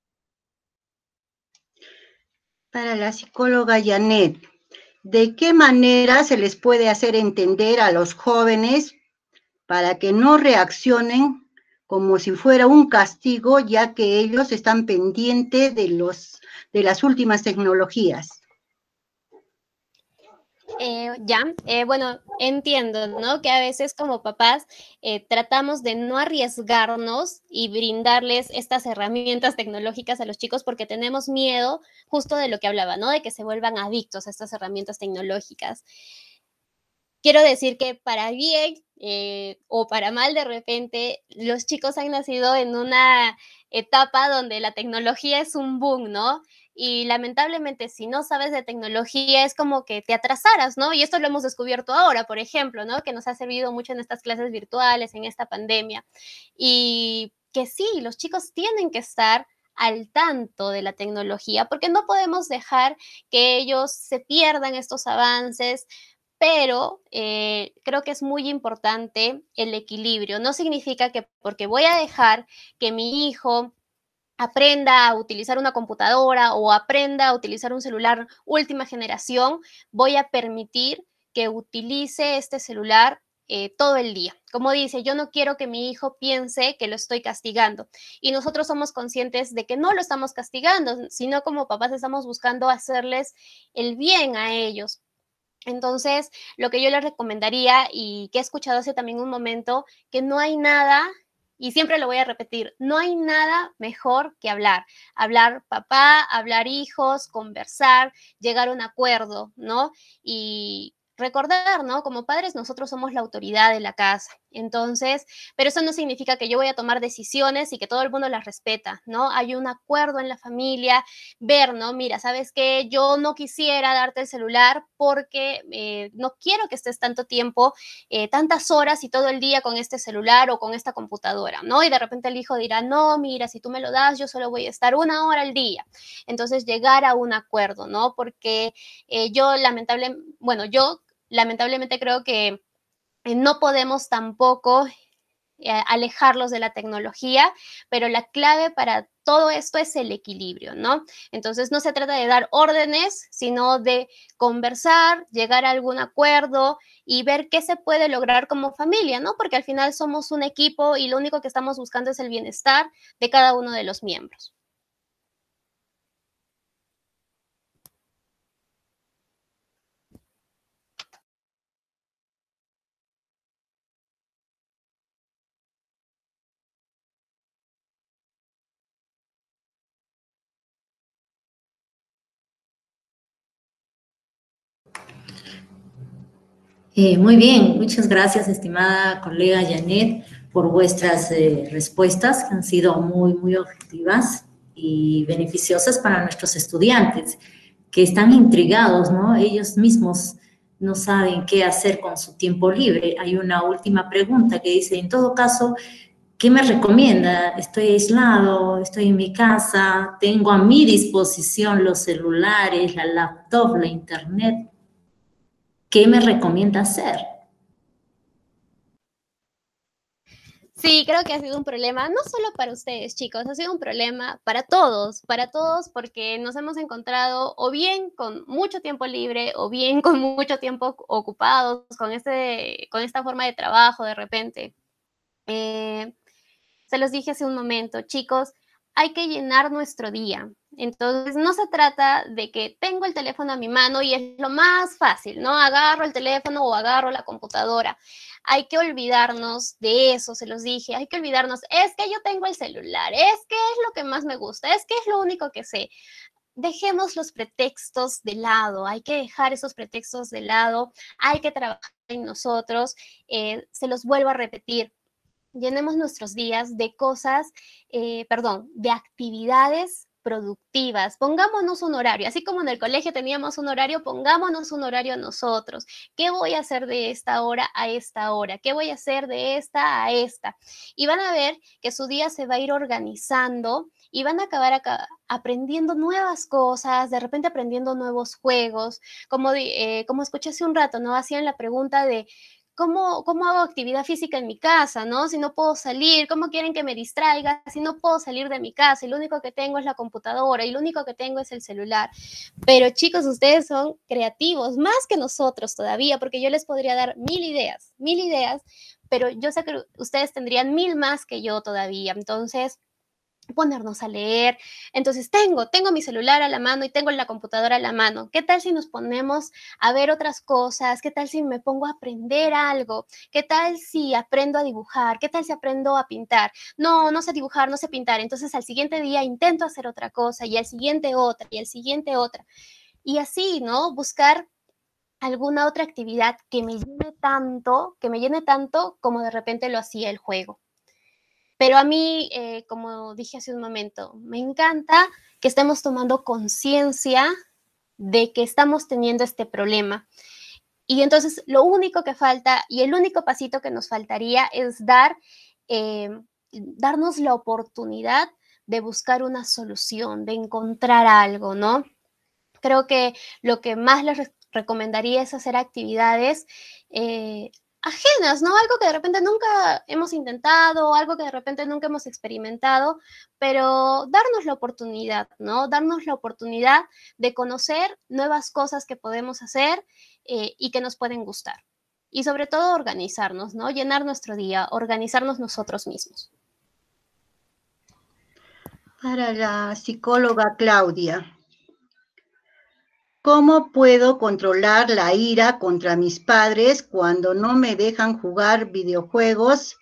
Para la psicóloga Janet, ¿de qué manera se les puede hacer entender a los jóvenes para que no reaccionen como si fuera un castigo, ya que ellos están pendientes de las últimas tecnologías? Bueno, entiendo, ¿no? Que a veces como papás tratamos de no arriesgarnos y brindarles estas herramientas tecnológicas a los chicos porque tenemos miedo justo de lo que hablaba, ¿no? De que se vuelvan adictos a estas herramientas tecnológicas. Quiero decir que para bien o para mal de repente, los chicos han nacido en una etapa donde la tecnología es un boom, ¿no? y lamentablemente si no sabes de tecnología es como que te atrasaras, ¿no? Y esto lo hemos descubierto ahora, por ejemplo, ¿no? Que nos ha servido mucho en estas clases virtuales, en esta pandemia. Y que sí, los chicos tienen que estar al tanto de la tecnología, porque no podemos dejar que ellos se pierdan estos avances, pero creo que es muy importante el equilibrio. No significa que porque voy a dejar que mi hijo aprenda a utilizar una computadora o aprenda a utilizar un celular última generación, voy a permitir que utilice este celular todo el día. Como dice, yo no quiero que mi hijo piense que lo estoy castigando. Y nosotros somos conscientes de que no lo estamos castigando, sino como papás estamos buscando hacerles el bien a ellos. Entonces, lo que yo les recomendaría y que he escuchado hace también un momento, que no hay nada, y siempre lo voy a repetir, no hay nada mejor que hablar. Hablar papá, hablar hijos, conversar, llegar a un acuerdo, ¿no? Y recordar, ¿no? Como padres nosotros somos la autoridad de la casa. Entonces, pero eso no significa que yo voy a tomar decisiones y que todo el mundo las respeta, ¿no? Hay un acuerdo en la familia, ver, ¿no? Mira, ¿sabes qué? Yo no quisiera darte el celular porque no quiero que estés tanto tiempo, tantas horas y todo el día con este celular o con esta computadora, ¿no? Y de repente el hijo dirá, no, mira, si tú me lo das, yo solo voy a estar 1 hora al día. Entonces, llegar a un acuerdo, ¿no? Porque yo lamentablemente creo que no podemos tampoco alejarlos de la tecnología, pero la clave para todo esto es el equilibrio, ¿no? Entonces no se trata de dar órdenes, sino de conversar, llegar a algún acuerdo y ver qué se puede lograr como familia, ¿no? Porque al final somos un equipo y lo único que estamos buscando es el bienestar de cada uno de los miembros. Muy bien, muchas gracias, estimada colega Janet, por vuestras respuestas, que han sido muy, muy objetivas y beneficiosas para nuestros estudiantes, que están intrigados, ¿no? Ellos mismos no saben qué hacer con su tiempo libre. Hay una última pregunta que dice, en todo caso, ¿qué me recomienda? Estoy aislado, estoy en mi casa, tengo a mi disposición los celulares, la laptop, la internet. ¿Qué me recomienda hacer? Sí, creo que ha sido un problema, no solo para ustedes, chicos, ha sido un problema para todos, porque nos hemos encontrado o bien con mucho tiempo libre o bien con mucho tiempo ocupados con esta forma de trabajo de repente. Eh, Se los dije hace un momento, chicos, hay que llenar nuestro día. Entonces, no se trata de que tengo el teléfono a mi mano y es lo más fácil, ¿no? Agarro el teléfono o agarro la computadora. Hay que olvidarnos de eso, se los dije, hay que olvidarnos, es que yo tengo el celular, es que es lo que más me gusta, es que es lo único que sé. Dejemos los pretextos de lado, hay que dejar esos pretextos de lado, hay que trabajar en nosotros. Se los vuelvo a repetir, llenemos nuestros días de cosas, de actividades productivas. Pongámonos un horario, así como en el colegio teníamos un horario, pongámonos un horario nosotros. ¿Qué voy a hacer de esta hora a esta hora? ¿Qué voy a hacer de esta a esta? Y van a ver que su día se va a ir organizando y van a acabar aprendiendo nuevas cosas, de repente aprendiendo nuevos juegos, como escuché hace un rato, ¿no? Hacían la pregunta de ¿cómo hago actividad física en mi casa, no? Si no puedo salir, ¿cómo quieren que me distraiga? Si no puedo salir de mi casa y lo único que tengo es la computadora y lo único que tengo es el celular. Pero chicos, ustedes son creativos, más que nosotros todavía, porque yo les podría dar mil ideas, pero yo sé que ustedes tendrían 1000 más que yo todavía. Entonces, ponernos a leer. Entonces, tengo mi celular a la mano y tengo la computadora a la mano. ¿Qué tal si nos ponemos a ver otras cosas? ¿Qué tal si me pongo a aprender algo? ¿Qué tal si aprendo a dibujar? ¿Qué tal si aprendo a pintar? No, no sé dibujar, no sé pintar. Entonces, al siguiente día intento hacer otra cosa y al siguiente otra y al siguiente otra. Y así, ¿no? Buscar alguna otra actividad que me llene tanto como de repente lo hacía el juego. Pero a mí, como dije hace un momento, me encanta que estemos tomando conciencia de que estamos teniendo este problema. Y entonces lo único que falta y el único pasito que nos faltaría es darnos la oportunidad de buscar una solución, de encontrar algo, ¿no? Creo que lo que más les recomendaría es hacer actividades ajenas, ¿no? Algo que de repente nunca hemos intentado, algo que de repente nunca hemos experimentado, pero darnos la oportunidad, ¿no? Darnos la oportunidad de conocer nuevas cosas que podemos hacer y que nos pueden gustar. Y sobre todo organizarnos, ¿no? Llenar nuestro día, organizarnos nosotros mismos. Para la psicóloga Claudia, ¿cómo puedo controlar la ira contra mis padres cuando no me dejan jugar videojuegos?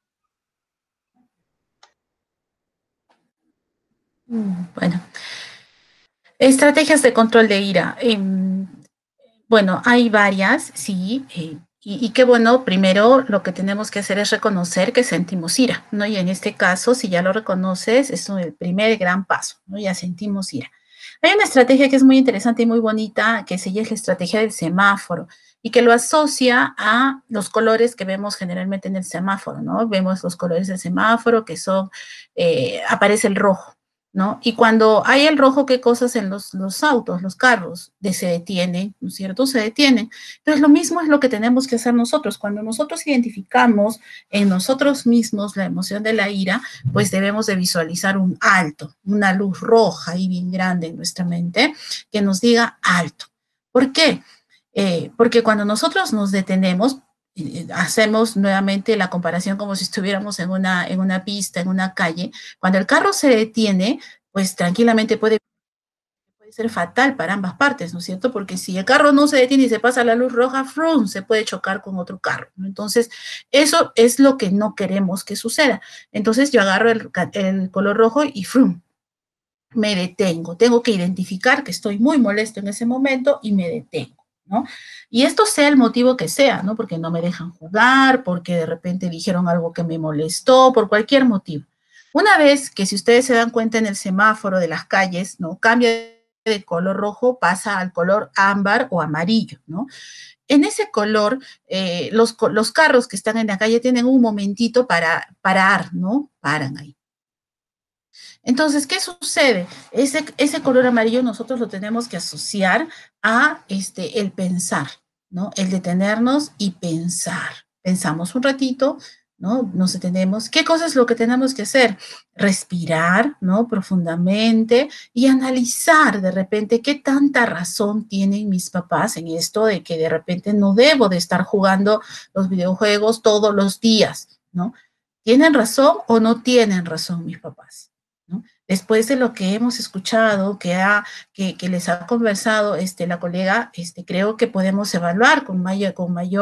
Bueno, estrategias de control de ira. Bueno, hay varias, sí, y qué bueno, primero lo que tenemos que hacer es reconocer que sentimos ira, ¿no? Y en este caso, si ya lo reconoces, es el primer gran paso, ¿no? Ya sentimos ira. Hay una estrategia que es muy interesante y muy bonita, que es la estrategia del semáforo, y que lo asocia a los colores que vemos generalmente en el semáforo, ¿no? Vemos los colores del semáforo que son, aparece el rojo, ¿no? Y cuando hay el rojo, ¿qué cosas en los autos, los carros? Se detienen, ¿no es cierto? Se detienen. Entonces, lo mismo es lo que tenemos que hacer nosotros. Cuando nosotros identificamos en nosotros mismos la emoción de la ira, pues debemos de visualizar un alto, una luz roja ahí bien grande en nuestra mente que nos diga alto. ¿Por qué? Porque cuando nosotros nos detenemos, hacemos nuevamente la comparación como si estuviéramos en una pista, en una calle. Cuando el carro se detiene, pues tranquilamente puede ser fatal para ambas partes, ¿no es cierto? Porque si el carro no se detiene y se pasa la luz roja, ¡frum!, se puede chocar con otro carro, ¿no? Entonces, eso es lo que no queremos que suceda. Entonces, yo agarro el color rojo y ¡frum!, me detengo. Tengo que identificar que estoy muy molesto en ese momento y me detengo, ¿no? Y esto sea el motivo que sea, ¿no? Porque no me dejan jugar, porque de repente dijeron algo que me molestó, por cualquier motivo. Una vez que, si ustedes se dan cuenta en el semáforo de las calles, ¿no?, cambia de color rojo, pasa al color ámbar o amarillo, ¿no? En ese color, los carros que están en la calle tienen un momentito para parar, ¿no? Paran ahí. Entonces, ¿qué sucede? Ese color amarillo nosotros lo tenemos que asociar a el pensar, ¿no? El detenernos y pensar. Pensamos un ratito, ¿no? Nos detenemos. ¿Qué cosa es lo que tenemos que hacer? Respirar, ¿no?, profundamente y analizar de repente qué tanta razón tienen mis papás en esto de que de repente no debo de estar jugando los videojuegos todos los días, ¿no? ¿Tienen razón o no tienen razón mis papás? ¿No? Después de lo que hemos escuchado, que les ha conversado la colega, creo que podemos evaluar con mayor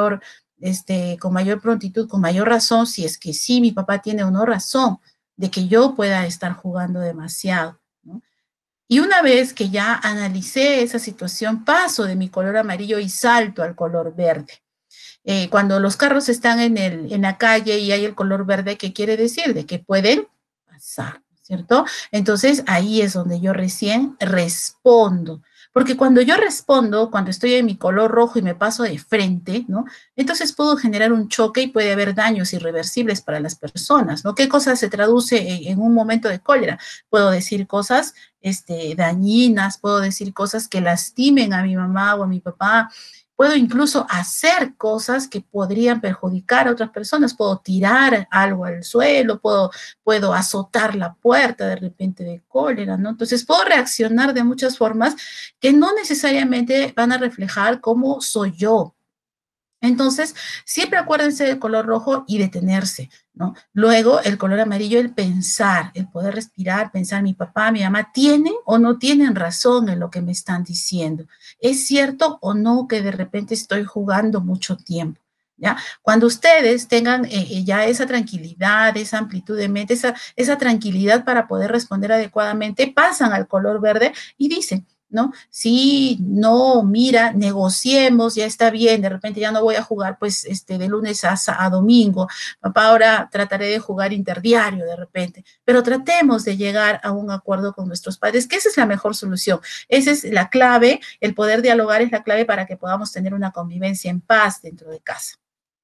prontitud, con mayor razón, si es que sí, mi papá tiene o no razón de que yo pueda estar jugando demasiado, ¿no? Y una vez que ya analicé esa situación, paso de mi color amarillo y salto al color verde. Cuando los carros están en la calle y hay el color verde, ¿qué quiere decir? De que pueden pasar, ¿cierto? Entonces, ahí es donde yo recién respondo. Porque cuando yo respondo, cuando estoy en mi color rojo y me paso de frente, ¿no?, entonces puedo generar un choque y puede haber daños irreversibles para las personas, ¿no? ¿Qué cosa se traduce en un momento de cólera? Puedo decir cosas dañinas, puedo decir cosas que lastimen a mi mamá o a mi papá. Puedo incluso hacer cosas que podrían perjudicar a otras personas. Puedo tirar algo al suelo, puedo azotar la puerta de repente de cólera, ¿no? Entonces, puedo reaccionar de muchas formas que no necesariamente van a reflejar cómo soy yo. Entonces, siempre acuérdense del color rojo y detenerse, ¿no? Luego, el color amarillo, el pensar, el poder respirar, pensar, mi papá, mi mamá, ¿tienen o no tienen razón en lo que me están diciendo? ¿Es cierto o no que de repente estoy jugando mucho tiempo? ¿Ya? Cuando ustedes tengan ya esa tranquilidad, esa amplitud de mente, esa tranquilidad para poder responder adecuadamente, pasan al color verde y dicen, ¿no? Si no, mira, negociemos, ya está bien, de repente ya no voy a jugar pues de lunes a domingo, papá, ahora trataré de jugar interdiario de repente, pero tratemos de llegar a un acuerdo con nuestros padres, que esa es la mejor solución, esa es la clave, el poder dialogar es la clave para que podamos tener una convivencia en paz dentro de casa.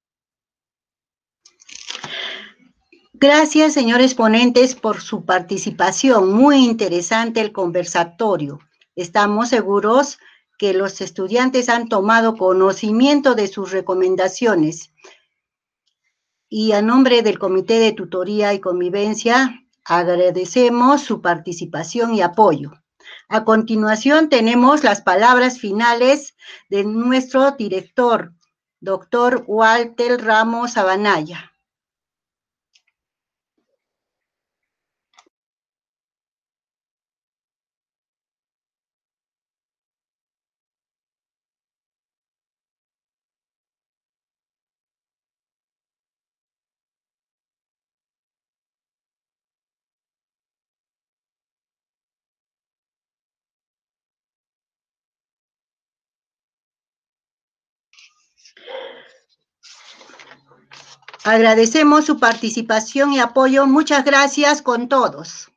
Gracias, señores ponentes, por su participación. Muy interesante el conversatorio. Estamos seguros que los estudiantes han tomado conocimiento de sus recomendaciones. Y a nombre del Comité de Tutoría y Convivencia, agradecemos su participación y apoyo. A continuación, tenemos las palabras finales de nuestro director, doctor Walter Ramos Abanaya. Agradecemos su participación y apoyo. Muchas gracias con todos.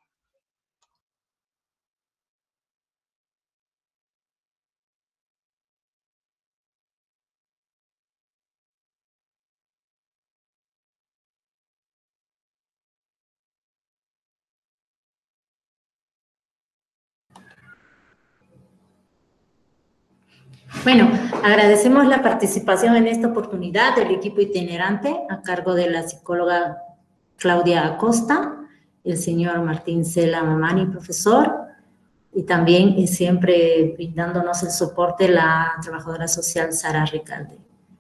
Bueno, agradecemos la participación en esta oportunidad del equipo itinerante a cargo de la psicóloga Claudia Acosta, el señor Martín Cela Mamani, profesor, y también siempre brindándonos el soporte la trabajadora social Sara Recalde.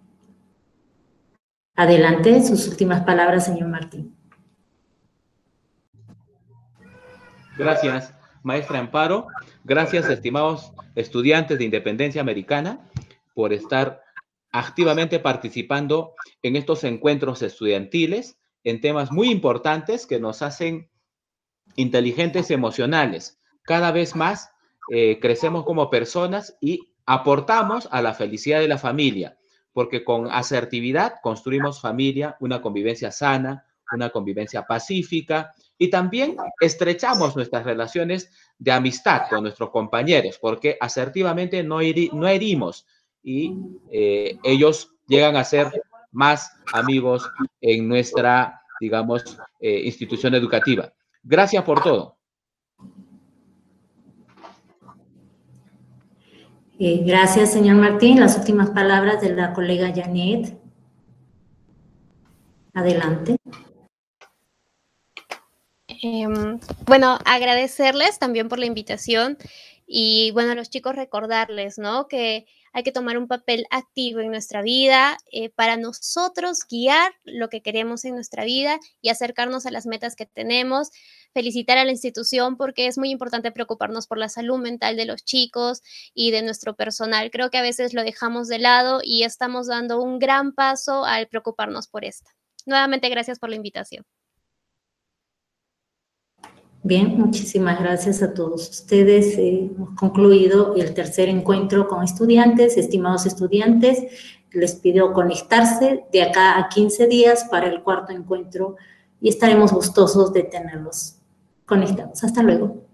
Adelante, sus últimas palabras, señor Martín. Gracias, maestra Amparo. Gracias, estimados estudiantes de Independencia Americana, por estar activamente participando en estos encuentros estudiantiles en temas muy importantes que nos hacen inteligentes emocionales. Cada vez más crecemos como personas y aportamos a la felicidad de la familia, porque con asertividad construimos familia, una convivencia sana, una convivencia pacífica, y también estrechamos nuestras relaciones de amistad con nuestros compañeros, porque asertivamente no herimos, y ellos llegan a ser más amigos en nuestra, digamos, institución educativa. Gracias por todo. Gracias, señor Martín. Las últimas palabras de la colega Janet. Adelante. Bueno, agradecerles también por la invitación y, bueno, a los chicos recordarles, ¿no?, que hay que tomar un papel activo en nuestra vida para nosotros guiar lo que queremos en nuestra vida y acercarnos a las metas que tenemos. Felicitar a la institución porque es muy importante preocuparnos por la salud mental de los chicos y de nuestro personal. Creo que a veces lo dejamos de lado y estamos dando un gran paso al preocuparnos por esta. Nuevamente, gracias por la invitación. Bien, muchísimas gracias a todos ustedes. Hemos concluido el tercer encuentro con estudiantes. Estimados estudiantes, les pido conectarse de acá a 15 días para el cuarto encuentro y estaremos gustosos de tenerlos conectados. Hasta luego.